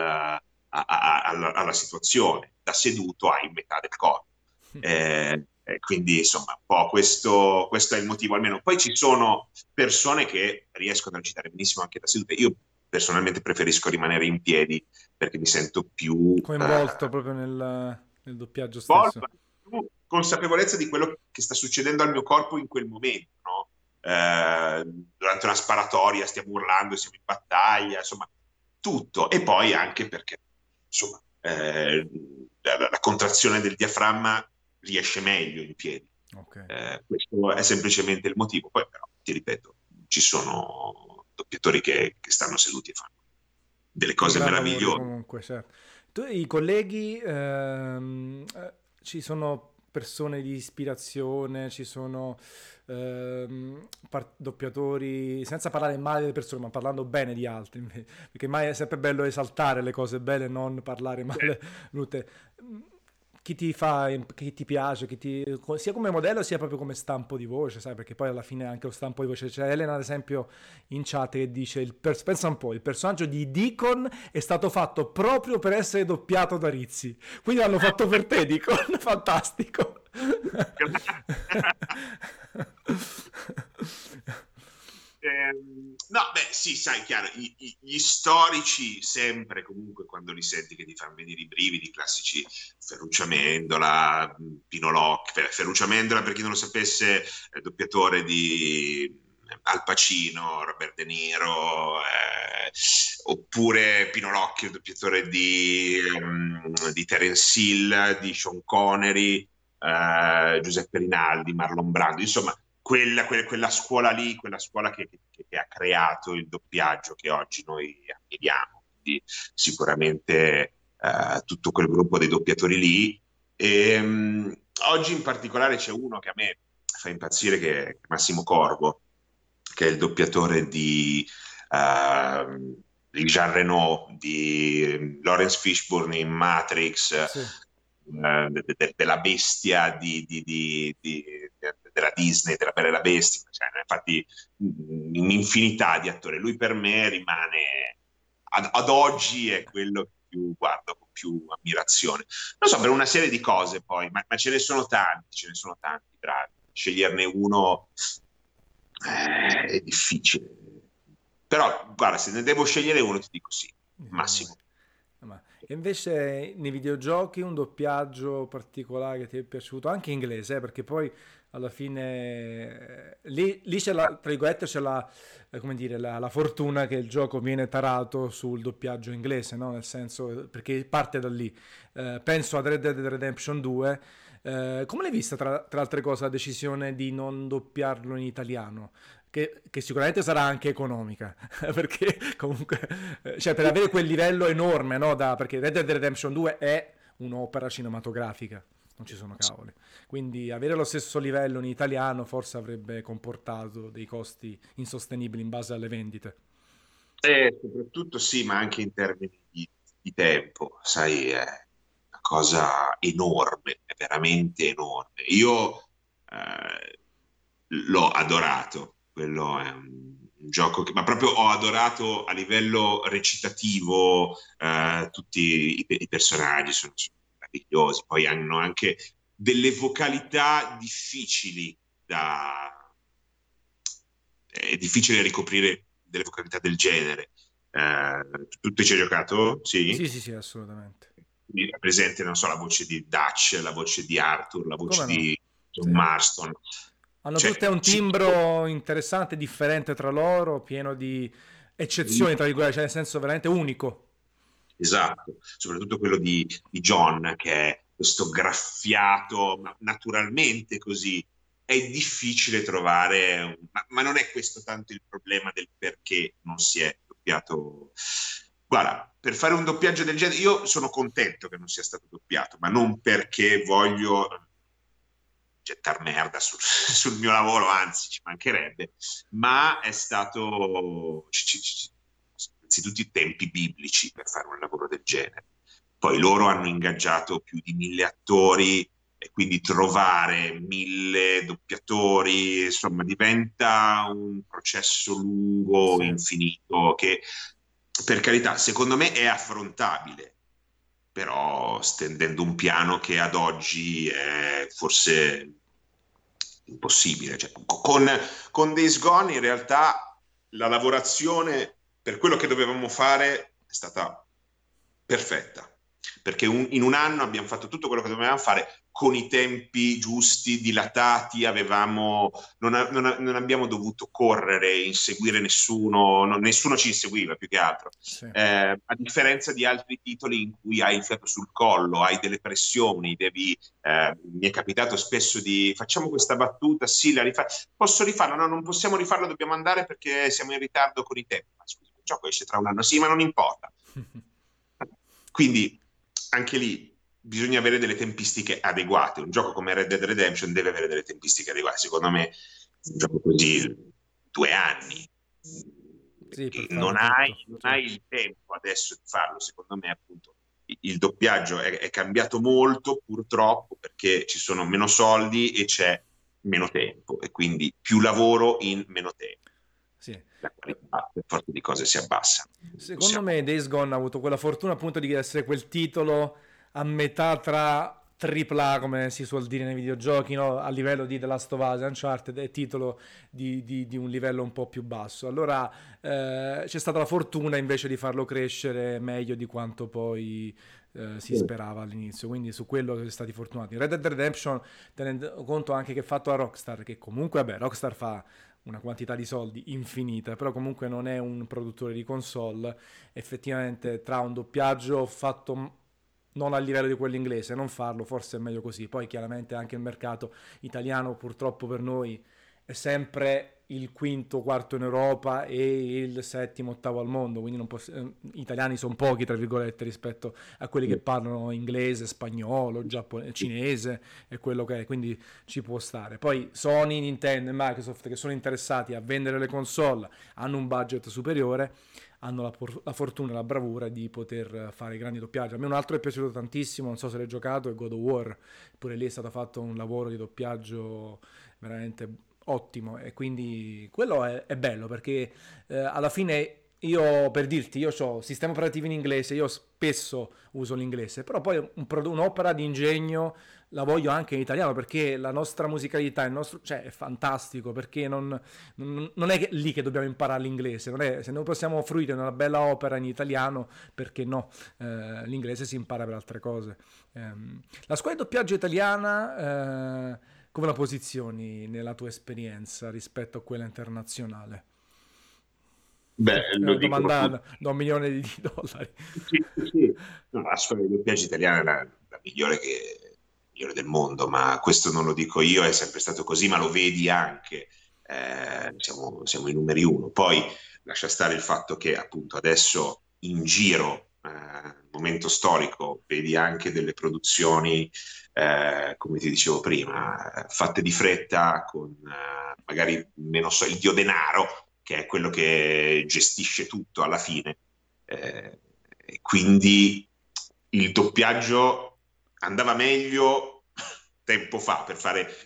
Speaker 2: alla situazione. Da seduto hai metà del corpo. Quindi insomma, un po' questo è il motivo almeno. Poi ci sono persone che riescono a recitare benissimo anche da sedute. Io personalmente preferisco rimanere in piedi perché mi sento più
Speaker 1: Coinvolto proprio nel doppiaggio stesso.
Speaker 2: svolto, più consapevolezza di quello che sta succedendo al mio corpo in quel momento, no? Durante una sparatoria stiamo urlando, siamo in battaglia, insomma, tutto. E poi anche perché, insomma, la contrazione del diaframma riesce meglio in piedi.
Speaker 1: Ok.
Speaker 2: Questo è semplicemente il motivo. Poi però, ti ripeto, ci sono doppiatori che stanno seduti e fanno delle
Speaker 1: Un
Speaker 2: cose
Speaker 1: gran lavoro
Speaker 2: meravigliose.
Speaker 1: comunque, certo. Tu, i colleghi, ci sono persone di ispirazione, ci sono doppiatori, senza parlare male delle persone, ma parlando bene di altri, perché mai è sempre bello esaltare le cose belle, non parlare male. Lute. Chi ti fa, chi ti piace, sia come modello sia proprio come stampo di voce, sai, perché poi alla fine anche lo stampo di voce. C'è Elena, ad esempio, in chat che dice, pensa un po', il personaggio di Deacon è stato fatto proprio per essere doppiato da Rizzi, quindi l'hanno fatto per te, Deacon, fantastico.
Speaker 2: No, beh, sì, sai, chiaro, gli storici sempre, comunque, quando li senti che ti fanno venire i brividi, i classici Ferruccio Amendola, Pino Locchi. Ferruccio Amendola, per chi non lo sapesse, è doppiatore di Al Pacino, Robert De Niro, oppure Pino Locchi, il doppiatore di Terence Hill, di Sean Connery, Giuseppe Rinaldi, Marlon Brando, insomma, quella scuola lì, quella scuola che ha creato il doppiaggio che oggi noi ammiriamo. Quindi sicuramente tutto quel gruppo dei doppiatori lì. Oggi in particolare c'è uno che a me fa impazzire, che è Massimo Corvo, che è il doppiatore di Jean Reno, di Lawrence Fishburne in Matrix.
Speaker 1: Sì.
Speaker 2: della bestia della Disney, della Bella e la Bestia, cioè, infatti un'infinità di attori. Lui per me rimane, ad oggi è quello che più guardo con più ammirazione. Non so, per una serie di cose poi, ma ce ne sono tanti bravi. Sceglierne uno è difficile. Però, guarda, se ne devo scegliere uno, ti dico sì,
Speaker 1: Secondo me.
Speaker 2: Massimo.
Speaker 1: E invece nei videogiochi un doppiaggio particolare che ti è piaciuto, anche inglese, perché poi alla fine lì c'è la, tra virgolette, c'è la, come dire, la fortuna che il gioco viene tarato sul doppiaggio inglese, no? Nel senso, perché parte da lì. Penso a Red Dead Redemption 2. Come l'hai vista, tra altre cose, la decisione di non doppiarlo in italiano? Che sicuramente sarà anche economica, perché comunque, cioè per avere quel livello enorme, no? Perché Red Dead Redemption 2 è un'opera cinematografica, non ci sono cavoli. Quindi avere lo stesso livello in italiano forse avrebbe comportato dei costi insostenibili in base alle vendite.
Speaker 2: Soprattutto sì, ma anche in termini di tempo, sai, è una cosa enorme, è veramente enorme. Io l'ho adorato, quello è un gioco che, ma proprio ho adorato a livello recitativo, tutti i personaggi sono meravigliosi, poi hanno anche delle vocalità difficili da... È difficile ricoprire delle vocalità del genere. Tu ci hai giocato? Sì?
Speaker 1: Sì, sì, sì, assolutamente.
Speaker 2: Quindi è presente, non so, la voce di Dutch, la voce di Arthur, la voce
Speaker 1: Come no?
Speaker 2: di John
Speaker 1: Sì.
Speaker 2: Marston.
Speaker 1: Hanno tutte
Speaker 2: Cioè,
Speaker 1: un timbro interessante, differente tra loro, pieno di eccezioni, tra virgolette, cioè nel senso veramente unico.
Speaker 2: esatto, soprattutto quello di John, che è questo graffiato, ma naturalmente così. È difficile trovare, ma non è questo tanto il problema del perché non si è doppiato. Guarda, per fare un doppiaggio del genere, io sono contento che non sia stato doppiato, ma non perché voglio gettar merda sul mio lavoro, anzi ci mancherebbe, ma è stato innanzitutto i tempi biblici per fare un lavoro del genere. Poi loro hanno ingaggiato più di 1.000 attori e quindi trovare 1.000 doppiatori, insomma, diventa un processo lungo,
Speaker 1: Sì.
Speaker 2: infinito, che per carità, secondo me è affrontabile, però stendendo un piano che ad oggi è forse impossibile. Cioè, con Days Gone in realtà la lavorazione per quello che dovevamo fare è stata perfetta, perché in un anno abbiamo fatto tutto quello che dovevamo fare con i tempi giusti, dilatati, non abbiamo dovuto correre, inseguire nessuno, nessuno ci inseguiva più che altro.
Speaker 1: Sì.
Speaker 2: A differenza di altri titoli in cui hai il fiato sul collo, hai delle pressioni, mi è capitato spesso di facciamo questa battuta, sì, posso rifarla? No, non possiamo rifarla, dobbiamo andare perché siamo in ritardo con i tempi. Ma scusi, il gioco esce tra un anno, sì, ma non importa. Quindi anche lì bisogna avere delle tempistiche adeguate. Un gioco come Red Dead Redemption deve avere delle tempistiche adeguate. Secondo me, un gioco così, 2 anni,
Speaker 1: Sì, per
Speaker 2: non
Speaker 1: fare
Speaker 2: hai,
Speaker 1: tutto.
Speaker 2: non
Speaker 1: Sì.
Speaker 2: hai il tempo adesso di farlo. Secondo me, appunto, il doppiaggio è cambiato molto, purtroppo, perché ci sono meno soldi e c'è meno tempo, e quindi più lavoro in meno tempo.
Speaker 1: Sì.
Speaker 2: La qualità, per forza di cose, si abbassa.
Speaker 1: Secondo me Days Gone ha avuto quella fortuna appunto di essere quel titolo a metà tra tripla A, come si suol dire nei videogiochi, no? A livello di The Last of Us, Uncharted, è titolo di un livello un po' più basso. Allora c'è stata la fortuna invece di farlo crescere meglio di quanto poi si sperava all'inizio, quindi su quello siete stati fortunati. Red Dead Redemption, tenendo conto anche che è fatto a Rockstar, che comunque, vabbè, Rockstar fa una quantità di soldi infinita, però comunque non è un produttore di console, effettivamente tra un doppiaggio fatto non a livello di quello inglese, non farlo, forse è meglio così. Poi chiaramente anche il mercato italiano purtroppo per noi è sempre il quinto, quarto in Europa e il settimo, ottavo al mondo, quindi gli italiani sono pochi, tra virgolette, rispetto a quelli che parlano inglese, spagnolo, cinese e quello che è, quindi ci può stare. Poi Sony, Nintendo e Microsoft che sono interessati a vendere le console hanno un budget superiore, hanno la fortuna e la bravura di poter fare grandi doppiaggi. A me un altro che è piaciuto tantissimo, non so se l'hai giocato, è God of War, pure lì è stato fatto un lavoro di doppiaggio veramente ottimo, e quindi quello è bello perché alla fine io, per dirti, io ho sistema operativo in inglese, io spesso uso l'inglese, però poi un'opera di ingegno la voglio anche in italiano, perché la nostra musicalità, il nostro, cioè, è fantastico, perché non è lì che dobbiamo imparare l'inglese, se noi possiamo fruire una bella opera in italiano, perché no? L'inglese si impara per altre cose. La scuola di doppiaggio italiana, come la posizioni nella tua esperienza rispetto a quella internazionale?
Speaker 2: Beh,
Speaker 1: È
Speaker 2: lo
Speaker 1: una
Speaker 2: dicono tutti.
Speaker 1: domanda da 1 milione di dollari.
Speaker 2: Sì, sì, sì. No, la scuola di doppiaggio italiana è la migliore, migliore del mondo, ma questo non lo dico io, è sempre stato così, ma lo vedi anche. Siamo i numeri uno. Poi lascia stare il fatto che appunto adesso in giro, momento storico, vedi anche delle produzioni, come ti dicevo prima, fatte di fretta, con magari meno il dio denaro, che è quello che gestisce tutto alla fine. E quindi il doppiaggio andava meglio tempo fa, per fare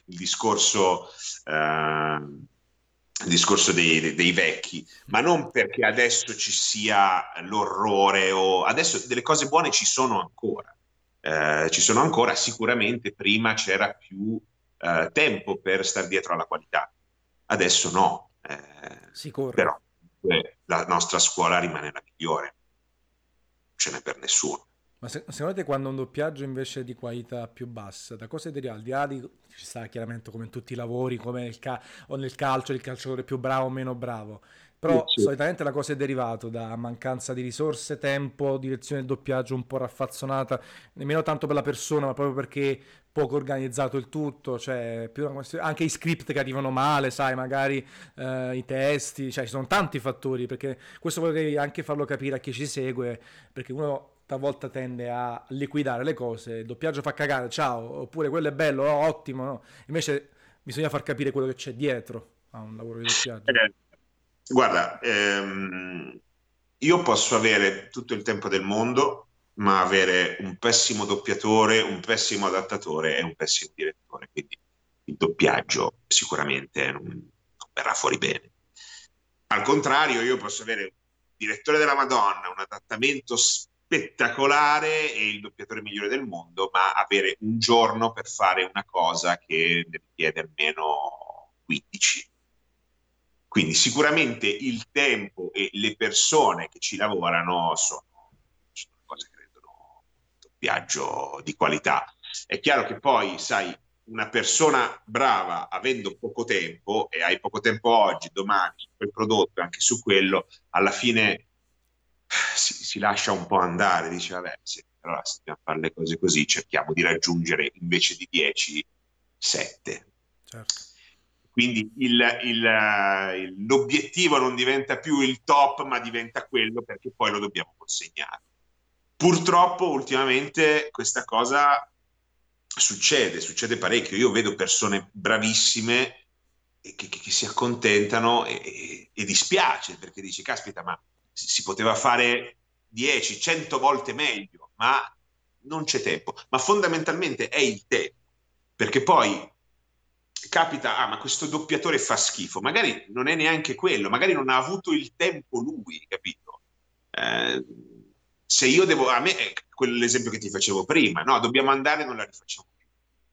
Speaker 2: il discorso dei vecchi, ma non perché adesso ci sia l'orrore, o adesso delle cose buone ci sono ancora. Ci sono ancora, sicuramente prima c'era più tempo per stare dietro alla qualità, adesso no.
Speaker 1: Si corre.
Speaker 2: Però la nostra scuola rimane la migliore, non ce n'è per nessuno.
Speaker 1: Ma secondo te, quando un doppiaggio invece è di qualità più bassa, da cosa deriva? Al di là di, ci sta chiaramente come in tutti i lavori, come o nel calcio, il calciatore più bravo o meno bravo,
Speaker 2: Sì,
Speaker 1: però
Speaker 2: sì.
Speaker 1: solitamente la cosa è derivato da mancanza di risorse, tempo, direzione del doppiaggio un po' raffazzonata, nemmeno tanto per la persona, ma proprio perché poco organizzato il tutto, cioè più una anche i script che arrivano male, sai, magari i testi, cioè ci sono tanti fattori, perché questo vorrei anche farlo capire a chi ci segue, perché uno talvolta tende a liquidare le cose, il doppiaggio fa cagare, ciao, oppure quello è bello, oh, ottimo, no? Invece bisogna far capire quello che c'è dietro a un lavoro di doppiaggio.
Speaker 2: Eh, Guarda, io posso avere tutto il tempo del mondo, ma avere un pessimo doppiatore, un pessimo adattatore e un pessimo direttore. Quindi il doppiaggio sicuramente non verrà fuori bene. Al contrario, io posso avere un direttore della Madonna, un adattamento spettacolare e il doppiatore migliore del mondo, ma avere un giorno per fare una cosa che ne richiede almeno 15. Quindi sicuramente il tempo e le persone che ci lavorano sono cose che rendono un doppiaggio di qualità. È chiaro che poi, sai, una persona brava avendo poco tempo, e hai poco tempo oggi, domani, su quel prodotto, anche su quello, alla fine si lascia un po' andare, dice, vabbè, sì, allora se dobbiamo fare le cose così, cerchiamo di raggiungere invece di 10, 7.
Speaker 1: Certo.
Speaker 2: Quindi l'obiettivo non diventa più il top, ma diventa quello, perché poi lo dobbiamo consegnare. Purtroppo ultimamente questa cosa succede parecchio. Io vedo persone bravissime che si accontentano, e dispiace, perché dici, caspita, ma si poteva fare 10, 100 volte meglio, ma non c'è tempo. Ma fondamentalmente è il tempo, perché poi capita, ma questo doppiatore fa schifo, magari non è neanche quello, magari non ha avuto il tempo lui, capito? Eh, Se io devo, a me è quell'esempio che ti facevo prima, no, dobbiamo andare, non la rifacciamo più.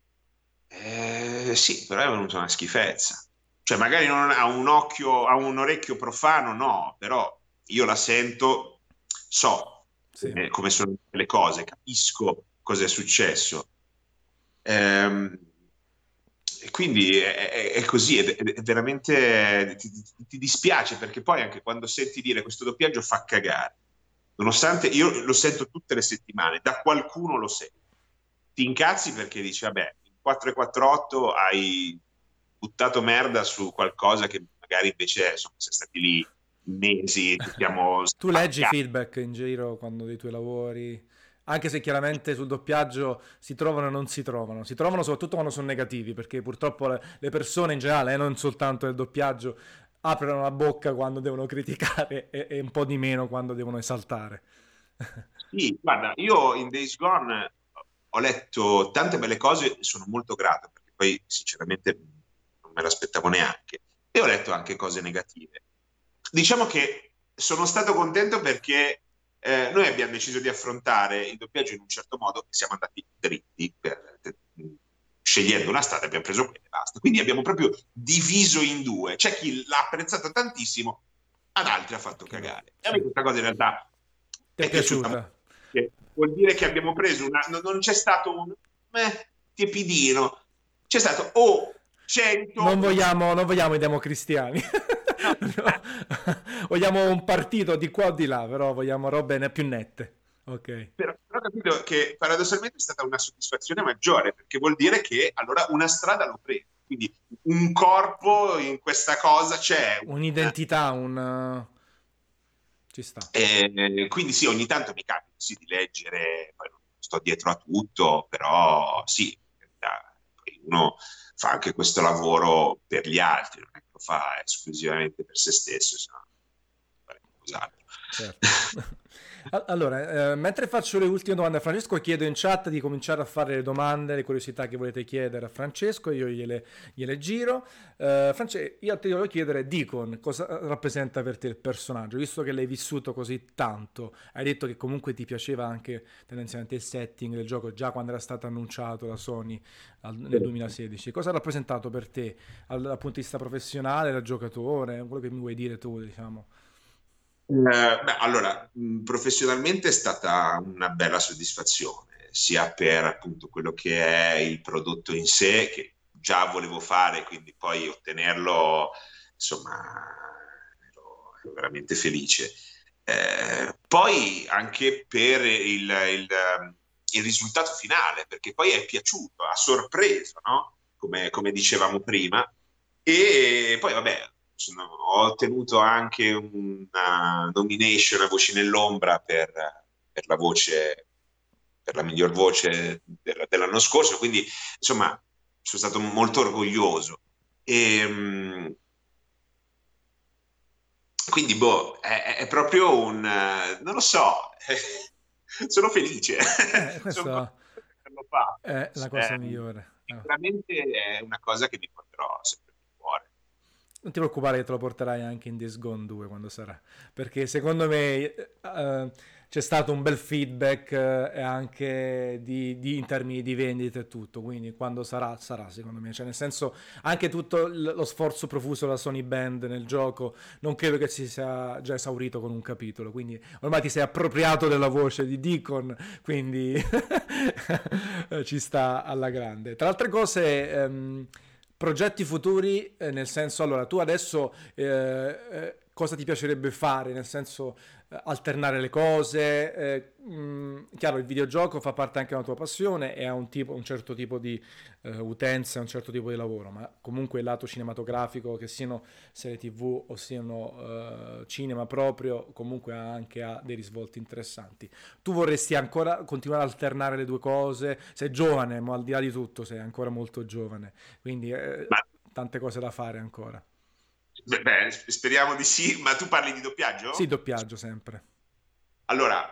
Speaker 2: Sì, però è venuta una schifezza. Cioè, magari non ha un occhio, ha un orecchio profano, no, però io la sento, so
Speaker 1: Sì.
Speaker 2: come sono le cose, capisco cosa è successo. Ehm, e quindi è così, è veramente ti dispiace, perché poi anche quando senti dire questo doppiaggio fa cagare, nonostante io lo sento tutte le settimane, da qualcuno lo sento. Ti incazzi perché dici, vabbè, in 448 hai buttato merda su qualcosa che magari invece siamo stati lì mesi, ci siamo
Speaker 1: Tu leggi
Speaker 2: spaccati.
Speaker 1: feedback in giro quando dei tuoi lavori, anche se chiaramente sul doppiaggio si trovano e non si trovano soprattutto quando sono negativi, perché purtroppo le persone in generale, non soltanto nel doppiaggio, aprono la bocca quando devono criticare e un po' di meno quando devono esaltare.
Speaker 2: Sì, guarda, io in Days Gone ho letto tante belle cose e sono molto grato, perché poi sinceramente non me l'aspettavo neanche. E ho letto anche cose negative. Diciamo che sono stato contento perché noi abbiamo deciso di affrontare il doppiaggio in un certo modo e siamo andati dritti, scegliendo una strada, abbiamo preso quella e basta. Quindi abbiamo proprio diviso in due. C'è chi l'ha apprezzato tantissimo, ad altri ha fatto
Speaker 1: Che no,
Speaker 2: cagare. E a me
Speaker 1: sì.
Speaker 2: questa cosa in realtà
Speaker 1: Ti è
Speaker 2: è piaciuta molto,
Speaker 1: piaciuta?
Speaker 2: perché vuol dire che abbiamo preso non c'è stato un tiepidino, c'è stato o 100 o
Speaker 1: Non vogliamo i democristiani.
Speaker 2: no.
Speaker 1: No. Vogliamo un partito di qua o di là, però vogliamo robe più nette. Ok.
Speaker 2: Però ho capito che paradossalmente è stata una soddisfazione maggiore, perché vuol dire che allora una strada l'ho presa, quindi un corpo in questa cosa c'è.
Speaker 1: Un'identità, un... Ci sta.
Speaker 2: Quindi sì, ogni tanto mi capita sì, di leggere, poi non sto dietro a tutto, però sì, poi uno fa anche questo lavoro per gli altri, non è che lo fa esclusivamente per se stesso, se no farebbe qualcos'altro.
Speaker 1: Certo. Allora, mentre faccio le ultime domande a Francesco, chiedo in chat di cominciare a fare le domande, le curiosità che volete chiedere a Francesco, io gliele giro. Io ti voglio chiedere, Deacon, cosa rappresenta per te il personaggio? Visto che l'hai vissuto così tanto, hai detto che comunque ti piaceva anche tendenzialmente il setting del gioco già quando era stato annunciato da Sony nel 2016. Cosa ha rappresentato per te dal punto di vista professionale, da giocatore? Quello che mi vuoi dire tu, diciamo.
Speaker 2: Beh, allora, professionalmente è stata una bella soddisfazione, sia per appunto quello che è il prodotto in sé, che già volevo fare, quindi poi ottenerlo, insomma, ero veramente felice. Poi anche per il risultato finale, perché poi è piaciuto, ha sorpreso, no? Come dicevamo prima. E poi, vabbè, ho ottenuto anche una nomination a Voci nell'ombra per la voce, per la miglior voce dell'anno scorso, quindi insomma sono stato molto orgoglioso. E, quindi, boh, è proprio non lo so, sono felice, sono
Speaker 1: Questa
Speaker 2: contento di averlo fatto.
Speaker 1: è la cosa migliore.
Speaker 2: Sicuramente è una cosa che mi porterò sempre più cuore.
Speaker 1: Non ti preoccupare che te lo porterai anche in Days Gone 2 quando sarà, perché secondo me c'è stato un bel feedback anche in termini di vendita e tutto, quindi quando sarà, sarà secondo me, cioè nel senso anche tutto lo sforzo profuso da Sony Band nel gioco non credo che si sia già esaurito con un capitolo, quindi ormai ti sei appropriato della voce di Deacon, quindi ci sta alla grande. Tra altre cose... progetti futuri, nel senso, allora, tu adesso cosa ti piacerebbe fare? Nel senso, alternare le cose? Chiaro, il videogioco fa parte anche della tua passione e ha un certo tipo di utenza, un certo tipo di lavoro, ma comunque il lato cinematografico, che siano serie TV o siano cinema proprio, comunque ha dei risvolti interessanti. Tu vorresti ancora continuare a alternare le due cose? Sei giovane, ma al di là di tutto sei ancora molto giovane, quindi
Speaker 2: Ma
Speaker 1: tante cose da fare ancora.
Speaker 2: speriamo di sì, ma tu parli di
Speaker 1: Sì,
Speaker 2: doppiaggio?
Speaker 1: doppiaggio sempre.
Speaker 2: Allora,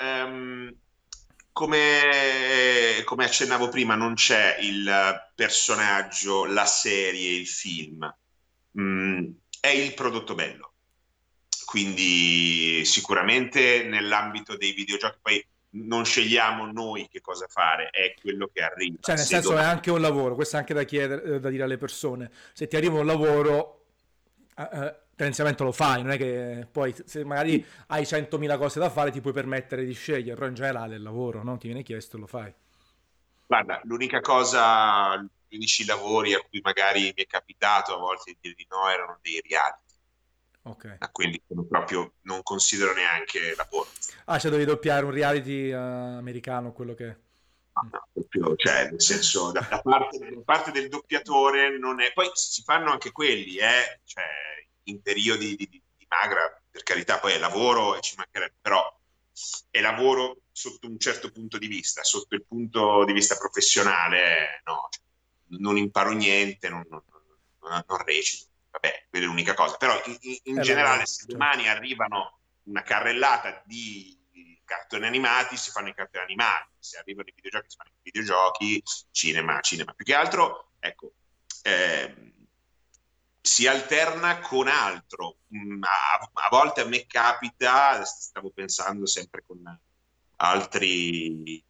Speaker 2: come accennavo prima, non c'è il personaggio, la serie, il film. È il prodotto bello. Quindi sicuramente nell'ambito dei videogiochi, poi non scegliamo noi che cosa fare, è quello che arriva.
Speaker 1: Cioè, nel
Speaker 2: Se
Speaker 1: senso è
Speaker 2: domani
Speaker 1: anche un lavoro, questo è anche da chiedere, da dire alle persone. Se ti arriva un lavoro, tendenzialmente lo fai, non è che poi se magari hai 100.000 cose da fare ti puoi permettere di scegliere, però in generale è il lavoro, no? Ti viene chiesto e lo fai.
Speaker 2: Guarda, l'unica cosa, gli unici lavori a cui magari mi è capitato a volte di dire di no erano dei reality,
Speaker 1: Ok.
Speaker 2: a quelli che proprio non considero neanche lavoro.
Speaker 1: Ah, cioè devi doppiare un reality americano, quello che...
Speaker 2: No, proprio, cioè, nel senso, da parte del doppiatore non è... Poi si fanno anche quelli, cioè, in periodi di magra, per carità, poi è lavoro e ci mancherebbe, però è lavoro sotto un certo punto di vista, sotto il punto di vista professionale, no, cioè, non imparo niente, non recito. vabbè, quella è l'unica cosa, però in generale
Speaker 1: lavoro,
Speaker 2: se
Speaker 1: certo.
Speaker 2: domani arrivano una carrellata di cartoni animati, si fanno i cartoni animati, se arrivano i videogiochi, si fanno i videogiochi, cinema, cinema. Più che altro, ecco, ehm, si alterna con altro. A volte a me capita, stavo pensando sempre con altri,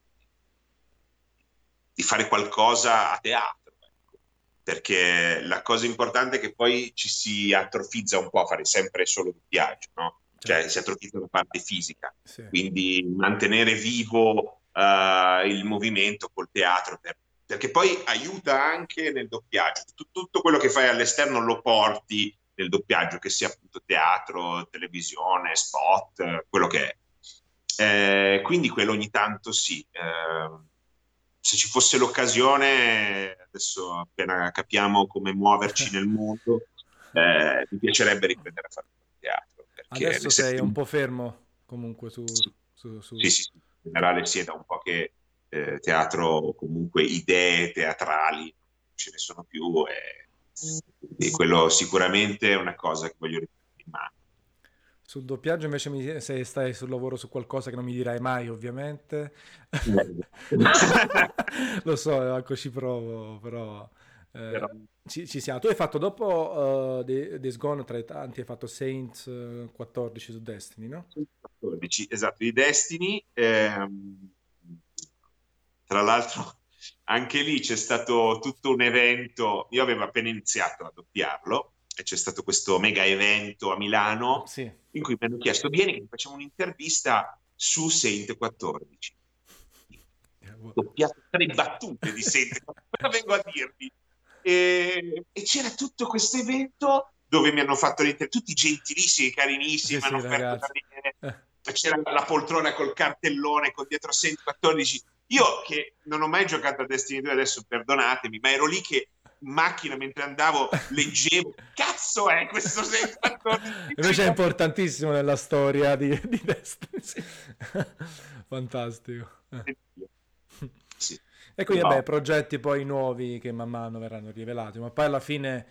Speaker 2: di fare qualcosa a teatro, ecco. Perché la cosa importante è che poi ci si atrofizza un po' a fare sempre solo doppiaggio, no? Cioè
Speaker 1: Certo,
Speaker 2: si atrofizza la parte fisica,
Speaker 1: sì.
Speaker 2: quindi mantenere vivo il movimento col teatro, perché poi aiuta anche nel doppiaggio. Tutto quello che fai all'esterno lo porti nel doppiaggio, che sia appunto teatro, televisione, spot, quello che è. Quindi quello ogni tanto sì. Se ci fosse l'occasione, adesso appena capiamo come muoverci nel mondo, mi piacerebbe riprendere a fare teatro, perché
Speaker 1: Adesso sei un po' fermo comunque su,
Speaker 2: sì,
Speaker 1: su...
Speaker 2: sì, in generale sì, è da un po' che teatro, o comunque idee teatrali, non ce ne sono più e quello sicuramente è una cosa che voglio riprendere in mano.
Speaker 1: Sul doppiaggio invece se stai sul lavoro su qualcosa che non mi dirai mai, ovviamente. Lo so, manco ci provo, però
Speaker 2: Però,
Speaker 1: ci siamo. Tu hai fatto dopo Days Gone, tra i tanti, hai fatto Saints 14 su Destiny, no?
Speaker 2: 14, esatto, di Destiny. Tra l'altro, anche lì c'è stato tutto un evento. Io avevo appena iniziato a doppiarlo e c'è stato questo mega evento a Milano
Speaker 1: Sì.
Speaker 2: in cui mi hanno chiesto: vieni, che facciamo un'intervista su Saint 14. Doppiato tre battute di Saint, cosa vengo a dirvi? E c'era tutto questo evento dove mi hanno fatto tutti gentilissimi, carinissimi,
Speaker 1: Sì,
Speaker 2: mi hanno
Speaker 1: sì,
Speaker 2: offerto da
Speaker 1: ragazzi.
Speaker 2: bere,
Speaker 1: Eh,
Speaker 2: c'era la poltrona col cartellone con dietro 114. Io che non ho mai giocato a Destiny 2, adesso perdonatemi, ma ero lì che in macchina mentre andavo leggevo, cazzo è questo 114?
Speaker 1: Invece è importantissimo nella storia di Destiny. Sì. Fantastico.
Speaker 2: Sì,
Speaker 1: E quindi, vabbè,
Speaker 2: però
Speaker 1: progetti poi nuovi che man mano verranno rivelati, ma poi alla fine,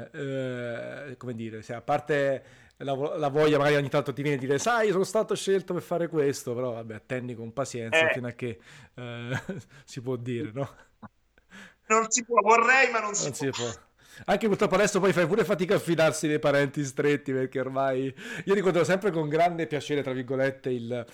Speaker 1: come dire, se a parte la voglia, magari ogni tanto ti viene a dire, sai, sono stato scelto per fare questo, però vabbè, attendi con pazienza
Speaker 2: eh,
Speaker 1: fino a che si può dire, no?
Speaker 2: non si può, vorrei, ma non si
Speaker 1: Non
Speaker 2: può.
Speaker 1: si può. Anche purtroppo adesso poi fai pure fatica a fidarsi dei parenti stretti perché ormai io ricordo sempre con grande piacere, tra virgolette,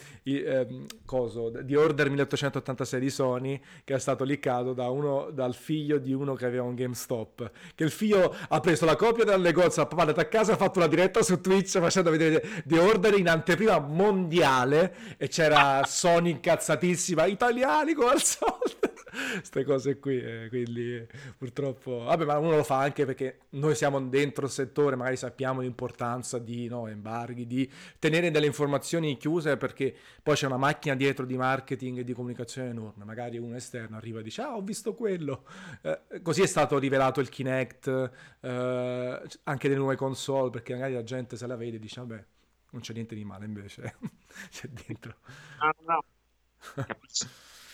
Speaker 1: coso di Order 1886 di Sony che è stato liccato dal figlio di uno che aveva un GameStop. Che il figlio ha preso la copia dal negozio, ha portato a casa, ha fatto una diretta su Twitch facendo vedere The Order in anteprima mondiale e c'era Sony incazzatissima, italiani come al solito. Queste cose qui, quindi purtroppo, vabbè, ma uno lo fa anche perché noi siamo dentro il settore, magari sappiamo l'importanza di no, embarghi, di tenere delle informazioni chiuse perché poi c'è una macchina dietro di marketing e di comunicazione enorme. Magari uno esterno arriva e dice: Ah, ho visto quello. Così è stato rivelato il Kinect, anche delle nuove console, perché magari la gente se la vede e dice: Vabbè, non c'è niente di male, invece c'è dentro.
Speaker 2: No, no, capisco.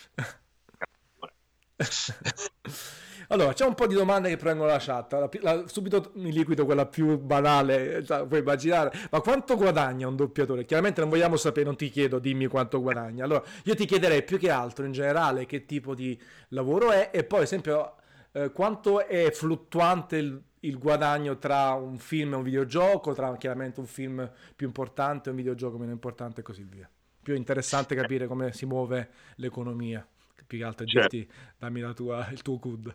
Speaker 1: Allora, c'è un po' di domande che prendono la chat. Subito mi liquido quella più banale, puoi immaginare. Ma quanto guadagna un doppiatore? Chiaramente non vogliamo sapere, non ti chiedo, dimmi quanto guadagna. Allora, io ti chiederei più che altro in generale che tipo di lavoro è e poi, ad esempio, quanto è fluttuante il guadagno tra un film e un videogioco, tra chiaramente un film più importante e un videogioco meno importante e così via. Più interessante capire come si muove l'economia più che altro
Speaker 2: Certo.
Speaker 1: dirti dammi il tuo CUD.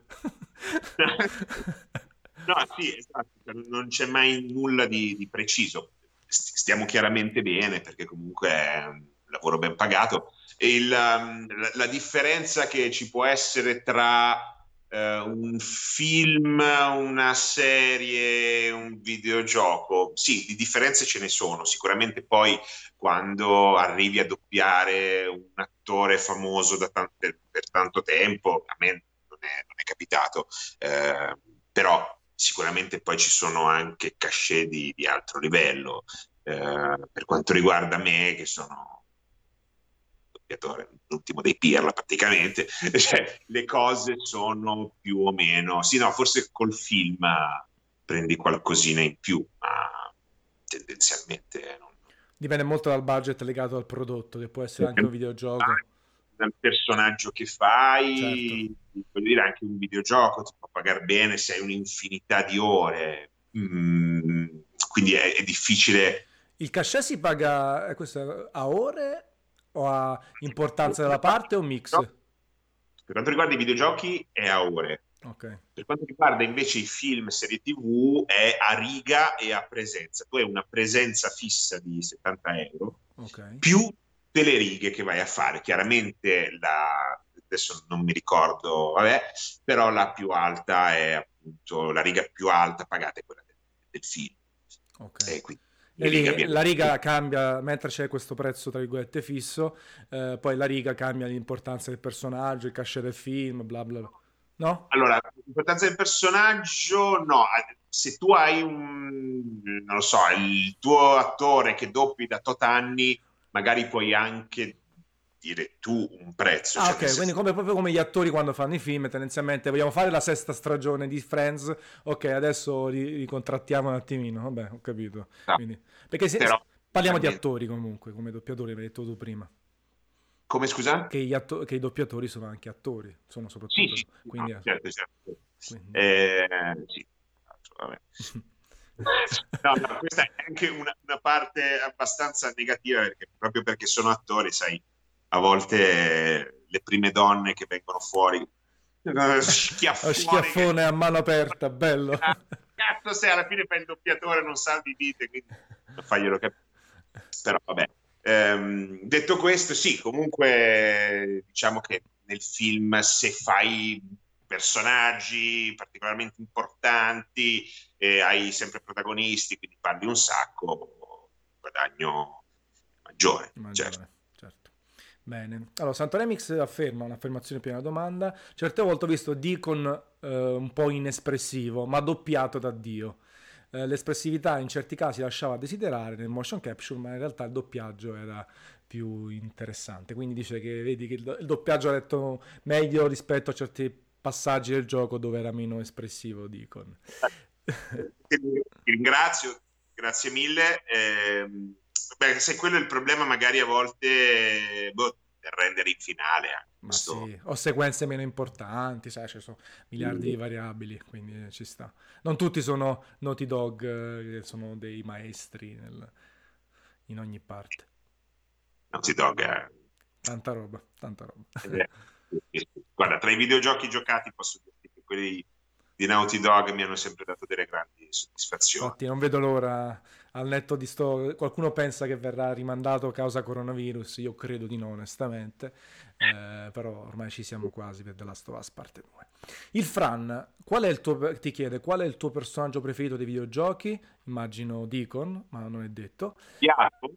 Speaker 2: No, sì, esatto, non c'è mai nulla di preciso. Stiamo chiaramente bene perché comunque è un lavoro ben pagato. E la differenza che ci può essere tra un film, una serie, un videogioco, sì, di differenze ce ne sono. Sicuramente poi quando arrivi a doppiare un attore famoso per tanto tempo, a me non è capitato, però sicuramente poi ci sono anche cachet di altro livello. Per quanto riguarda me, che sono doppiatore, l'ultimo dei Pirla praticamente, cioè, le cose sono più o meno, sì, no, forse col film prendi qualcosina in più, ma tendenzialmente non.
Speaker 1: Dipende molto dal budget legato al prodotto, che può essere anche un videogioco.
Speaker 2: Dal personaggio che
Speaker 1: Certo.
Speaker 2: fai, voglio dire, anche un videogioco ti può pagare bene se hai un'infinità di ore. Quindi è difficile.
Speaker 1: Il cachet si paga, questo, a ore o a importanza della parte o un mix?
Speaker 2: Per quanto riguarda i videogiochi è a ore.
Speaker 1: Ok,
Speaker 2: Per quanto riguarda invece i film, serie TV, è a riga e a presenza. Tu hai una presenza fissa di 70 euro
Speaker 1: ok.
Speaker 2: più tutte le righe che vai a fare. Chiaramente adesso non mi ricordo, vabbè, però la più alta è appunto la riga più alta pagata è quella del film.
Speaker 1: Ok.
Speaker 2: E quindi
Speaker 1: E
Speaker 2: le righe
Speaker 1: lì
Speaker 2: abbiamo.
Speaker 1: la riga cambia, mentre c'è questo prezzo tra virgolette fisso, poi la riga cambia l'importanza del personaggio, il cachet del film, bla bla bla. No?
Speaker 2: Allora, l'importanza del personaggio, no. Se tu hai non lo so, il tuo attore che doppi da tot anni, magari puoi anche dire tu un prezzo,
Speaker 1: Ah,
Speaker 2: cioè nel
Speaker 1: ok, quindi
Speaker 2: senso.
Speaker 1: proprio come gli attori quando fanno i film, tendenzialmente vogliamo fare la sesta stagione di Friends, ok, adesso li contrattiamo un attimino, vabbè, ho capito.
Speaker 2: No,
Speaker 1: Quindi, perché
Speaker 2: però
Speaker 1: parliamo di attori comunque, come doppiatori, mi hai detto tu prima,
Speaker 2: come scusa?
Speaker 1: che i doppiatori sono anche attori, sono
Speaker 2: Sì,
Speaker 1: soprattutto,
Speaker 2: sì, no,
Speaker 1: quindi,
Speaker 2: certo, certo.
Speaker 1: quindi...
Speaker 2: Sì, vabbè. No, no, questa è anche una parte abbastanza negativa, proprio perché sono attori, sai, a volte le prime donne che vengono fuori,
Speaker 1: Lo
Speaker 2: schiaffoni che.
Speaker 1: schiaffone a mano aperta, bello.
Speaker 2: Cazzo, se alla fine fai il doppiatore non salvi vite, quindi non faglielo capire. Però vabbè. Detto questo, sì, comunque diciamo che nel film se fai personaggi particolarmente importanti, hai sempre protagonisti, quindi parli un sacco, guadagno maggiore, certo.
Speaker 1: Maggiore, certo. Bene. Allora, Santoremix afferma un'affermazione prima della domanda. Certe volte ho visto Deacon un po' inespressivo, ma doppiato da Dio. L'espressività in certi casi lasciava a desiderare nel motion capture, ma in realtà il doppiaggio era più interessante. Quindi dice che vedi che il doppiaggio ha letto meglio rispetto a certi passaggi del gioco dove era meno espressivo Deacon.
Speaker 2: Ti ringrazio, grazie mille. Beh, se quello è il problema, magari a volte per rendere in finale anche
Speaker 1: Ma
Speaker 2: questo.
Speaker 1: sì, ho sequenze meno importanti, sai, ci sono miliardi di variabili, quindi ci sta. Non tutti sono Naughty Dog, che sono dei maestri in ogni parte.
Speaker 2: Naughty Dog
Speaker 1: Tanta roba, tanta roba.
Speaker 2: eh, guarda, tra i videogiochi giocati posso dirti che quelli di Naughty Dog mi hanno sempre dato delle grandi soddisfazioni.
Speaker 1: Infatti non vedo l'ora, al netto di sto... Qualcuno pensa che verrà rimandato causa coronavirus, io credo di no, onestamente. Però ormai ci siamo quasi per The Last of Us parte 2. Il Fran, ti chiede qual è il tuo personaggio preferito dei videogiochi? Immagino Deacon, ma non è detto.
Speaker 2: Piatto?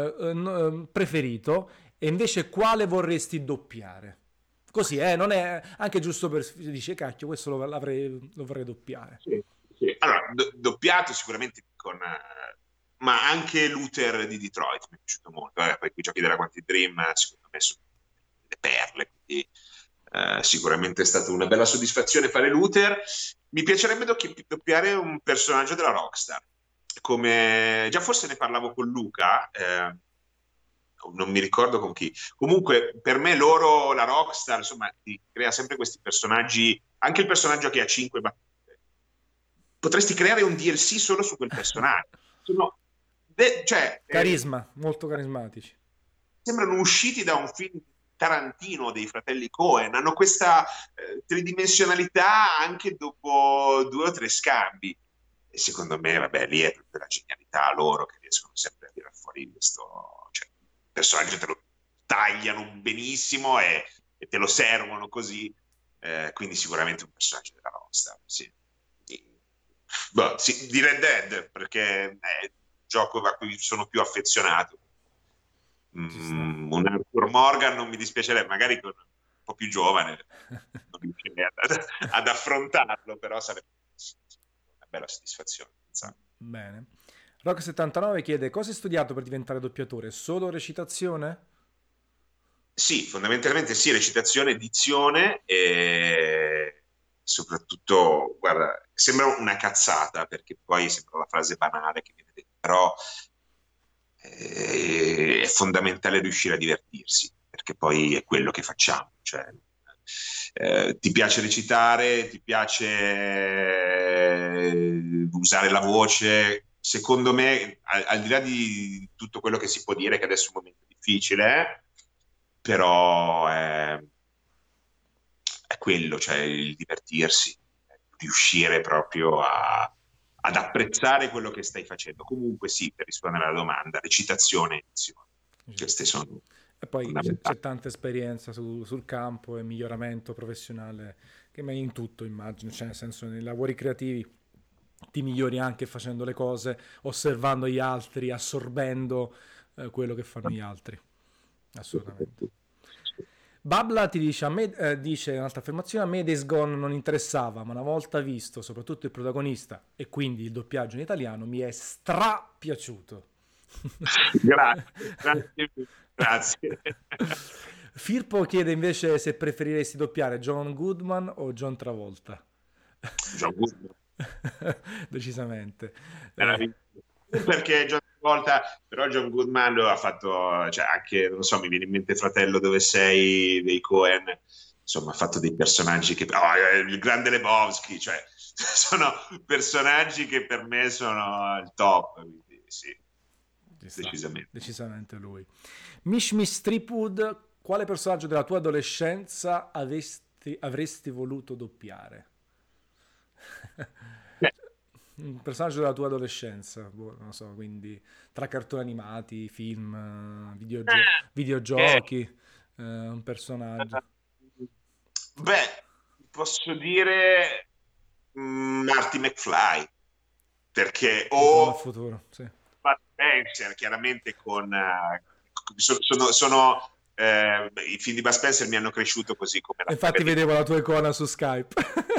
Speaker 1: Preferito, e invece quale vorresti doppiare? Così, non è anche giusto per... Dice, cacchio, questo lo vorrei doppiare.
Speaker 2: Sì, sì. Allora, doppiato sicuramente ma anche Luther di Detroit mi è piaciuto molto. Poi i giochi della Quantic Dream, secondo me, sono delle perle, quindi sicuramente è stata una bella soddisfazione fare Luther. Mi piacerebbe doppiare un personaggio della Rockstar. Come già forse ne parlavo con Luca, non mi ricordo con chi. Comunque, per me loro, la Rockstar, insomma, ti crea sempre questi personaggi, anche il personaggio che ha 5 battute. Potresti creare un DLC solo su quel personaggio. Cioè,
Speaker 1: Carisma, molto carismatici.
Speaker 2: sembrano usciti da un film Tarantino dei fratelli Coen, hanno questa tridimensionalità anche dopo 2 o 3 scambi. E secondo me, vabbè, lì è proprio la genialità loro che riescono sempre a tirare fuori questo. Cioè, il personaggio te lo tagliano benissimo e te lo servono così. Quindi sicuramente un personaggio della Rockstar, sì. Boh, sì, di Red Dead, perché è il gioco a cui sono più affezionato.
Speaker 1: Ci sta.
Speaker 2: Un Arthur Morgan non mi dispiacerebbe, magari con un po' più giovane non riuscirei ad affrontarlo, però sarebbe una bella soddisfazione.
Speaker 1: Bene. Rock79 chiede cosa hai studiato per diventare doppiatore? Solo recitazione?
Speaker 2: Sì, fondamentalmente sì, recitazione, dizione, soprattutto, guarda, sembra una cazzata perché poi sembra la frase banale che viene detta, però è fondamentale riuscire a divertirsi, perché poi è quello che facciamo. Cioè, ti piace recitare, ti piace usare la voce. Secondo me, al di là di tutto quello che si può dire, che adesso è un momento difficile, però è quello, cioè il divertirsi, riuscire proprio ad apprezzare quello che stai facendo. Comunque sì, per rispondere alla domanda, recitazione e edizione, queste sono
Speaker 1: E poi
Speaker 2: fondamentali.
Speaker 1: c'è tanta esperienza sul campo e miglioramento professionale che ma in tutto immagino, cioè nel senso nei lavori creativi ti migliori anche facendo le cose, osservando gli altri, assorbendo quello che fanno gli altri. Assolutamente. Babla ti dice, dice un'altra affermazione, a me Days Gone non interessava, ma una volta visto soprattutto il protagonista e quindi il doppiaggio in italiano mi è stra piaciuto.
Speaker 2: Grazie, grazie, grazie.
Speaker 1: Firpo chiede invece se preferiresti doppiare John Goodman o John Travolta.
Speaker 2: John Goodman,
Speaker 1: Decisamente.
Speaker 2: meraviglioso. Perché John Travolta, però John Goodman lo ha fatto, cioè anche, non so, mi viene in mente Fratello dove sei dei Coen, insomma, ha fatto dei personaggi che, il grande Lebowski, cioè, sono personaggi che per me sono il top, quindi sì,
Speaker 1: Ci sta,
Speaker 2: decisamente.
Speaker 1: decisamente lui. Mish Mish Stripwood, quale personaggio della tua adolescenza avresti voluto doppiare?
Speaker 2: Beh,
Speaker 1: Un personaggio della tua adolescenza, boh, non lo so, quindi tra cartoni animati, film,
Speaker 2: eh,
Speaker 1: videogiochi, un personaggio.
Speaker 2: beh, posso dire Marty McFly, perché
Speaker 1: Ritorno al
Speaker 2: o
Speaker 1: futuro, sì.
Speaker 2: Bud Spencer, chiaramente con... i film di Bud Spencer mi hanno cresciuto così come la saga
Speaker 1: Infatti
Speaker 2: di...
Speaker 1: vedevo la tua icona su Skype.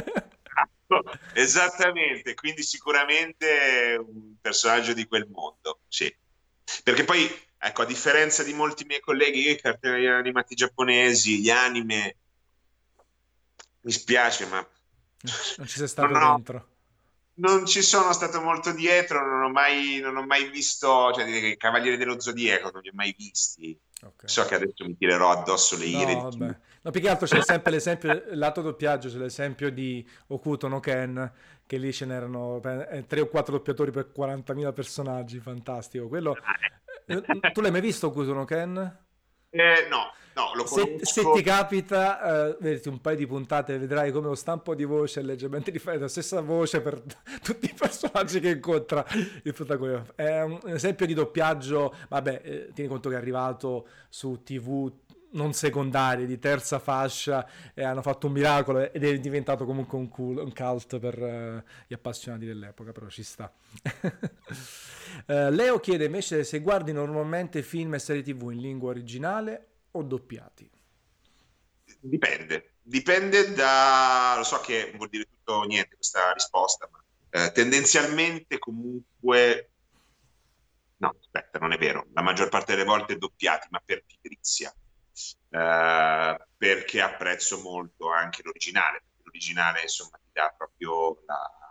Speaker 2: Esattamente, quindi sicuramente un personaggio di quel mondo, sì. Perché poi, ecco, a differenza di molti miei colleghi, io i cartoni animati giapponesi, gli anime, mi spiace, ma
Speaker 1: Non ci sei stato
Speaker 2: non ho,
Speaker 1: dentro.
Speaker 2: non ci sono stato molto dietro, non ho mai visto, cioè, i Cavalieri dello Zodiaco, non li ho mai visti.
Speaker 1: Ok.
Speaker 2: So che adesso mi tirerò addosso le ire
Speaker 1: No,
Speaker 2: di
Speaker 1: vabbè.
Speaker 2: chi.
Speaker 1: No, più che altro c'è sempre l'esempio, lato doppiaggio, c'è l'esempio di Okuto no Ken, che lì ce n'erano 3 o 4 doppiatori per 40.000 personaggi, fantastico. Quello... tu l'hai mai visto Okuto no Ken?
Speaker 2: No, no, lo
Speaker 1: Se ti
Speaker 2: conosco.
Speaker 1: capita, vederti un paio di puntate, vedrai come lo stampo di voce è leggermente differente, la stessa voce per tutti i personaggi che incontra il protagonista. È un esempio di doppiaggio, vabbè, tieni conto che è arrivato su TV non secondarie, di terza fascia, e hanno fatto un miracolo ed è diventato comunque un cult per gli appassionati dell'epoca, però ci sta. Leo chiede invece se guardi normalmente film e serie TV in lingua originale o doppiati.
Speaker 2: Dipende da, lo so che vuol dire tutto o niente questa risposta, ma tendenzialmente comunque, no, aspetta, non è vero, la maggior parte delle volte doppiati, ma per pigrizia. Perché apprezzo molto anche l'originale. L'originale, insomma, ti dà proprio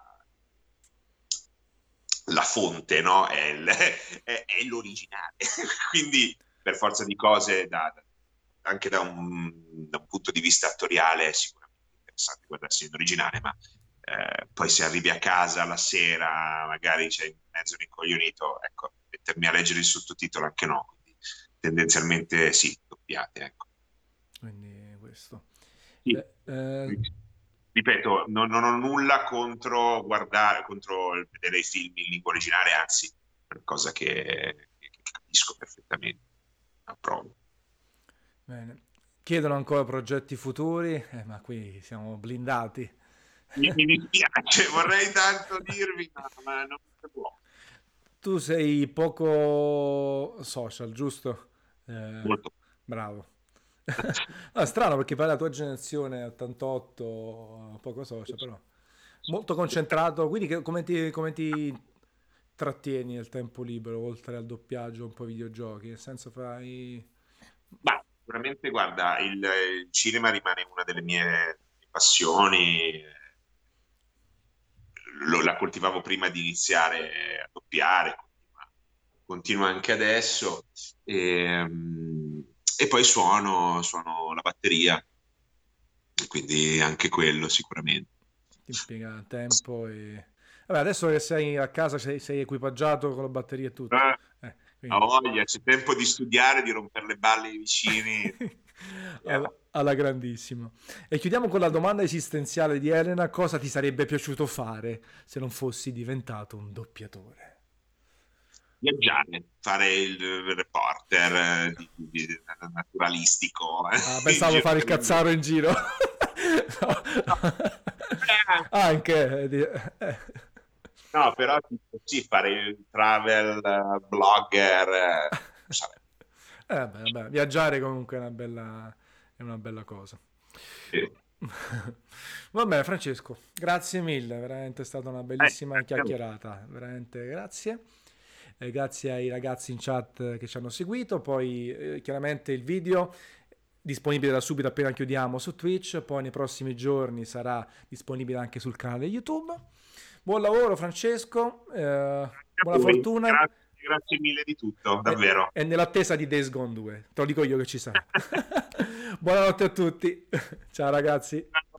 Speaker 2: la fonte, no? È l'originale. Quindi, per forza di cose, anche da un punto di vista attoriale, è sicuramente interessante guardarsi in originale, ma poi se arrivi a casa la sera, magari c'è in mezzo un incoglionito, ecco, mettermi a leggere il sottotitolo anche no. Quindi, tendenzialmente sì, doppiate, ecco.
Speaker 1: Quindi questo.
Speaker 2: Sì.
Speaker 1: Eh, eh,
Speaker 2: Ripeto, non ho nulla contro guardare, contro vedere i film in lingua originale, anzi, è una cosa che capisco perfettamente. Approvo.
Speaker 1: bene. Chiedono ancora progetti futuri, ma qui siamo blindati.
Speaker 2: Mi dispiace, vorrei tanto dirvi, ma non si può.
Speaker 1: Tu sei poco social, giusto? Eh,
Speaker 2: Molto.
Speaker 1: bravo. No, è strano perché poi la tua generazione 88, poco social, però molto concentrato. Quindi come ti trattieni nel tempo libero, oltre al doppiaggio, un po' ai videogiochi? Nel senso fai...
Speaker 2: Ma sicuramente, guarda, il cinema rimane una delle mie passioni. la coltivavo prima di iniziare a doppiare, continua anche adesso, e poi suono la batteria, quindi anche quello sicuramente.
Speaker 1: Ti impiega tempo e... Vabbè, adesso che sei a casa sei equipaggiato con la batteria e tutto.
Speaker 2: Ah, ha
Speaker 1: Quindi...
Speaker 2: voglia, c'è tempo di studiare, di rompere le balle ai vicini.
Speaker 1: alla grandissima. E chiudiamo con la domanda esistenziale di Elena: cosa ti sarebbe piaciuto fare se non fossi diventato un doppiatore?
Speaker 2: Viaggiare, fare il reporter naturalistico,
Speaker 1: Ah,
Speaker 2: in
Speaker 1: pensavo
Speaker 2: giro
Speaker 1: fare il
Speaker 2: per il mondo.
Speaker 1: cazzaro in giro. No.
Speaker 2: No,
Speaker 1: Anche.
Speaker 2: no, però tipo, sì, fare il travel blogger, sarebbe.
Speaker 1: Vabbè, viaggiare comunque è una bella cosa.
Speaker 2: Sì.
Speaker 1: Va bene, Francesco, grazie mille, veramente è stata una bellissima
Speaker 2: Grazie a voi.
Speaker 1: chiacchierata, veramente grazie. Grazie ai ragazzi in chat che ci hanno seguito, poi chiaramente il video disponibile da subito appena chiudiamo su Twitch, poi nei prossimi giorni sarà disponibile anche sul canale YouTube. Buon lavoro Francesco,
Speaker 2: Grazie a
Speaker 1: buona
Speaker 2: voi.
Speaker 1: fortuna
Speaker 2: Grazie mille di tutto, davvero.
Speaker 1: e nell'attesa di Days Gone 2, te lo dico io che ci sarà. Buonanotte a tutti, ciao ragazzi.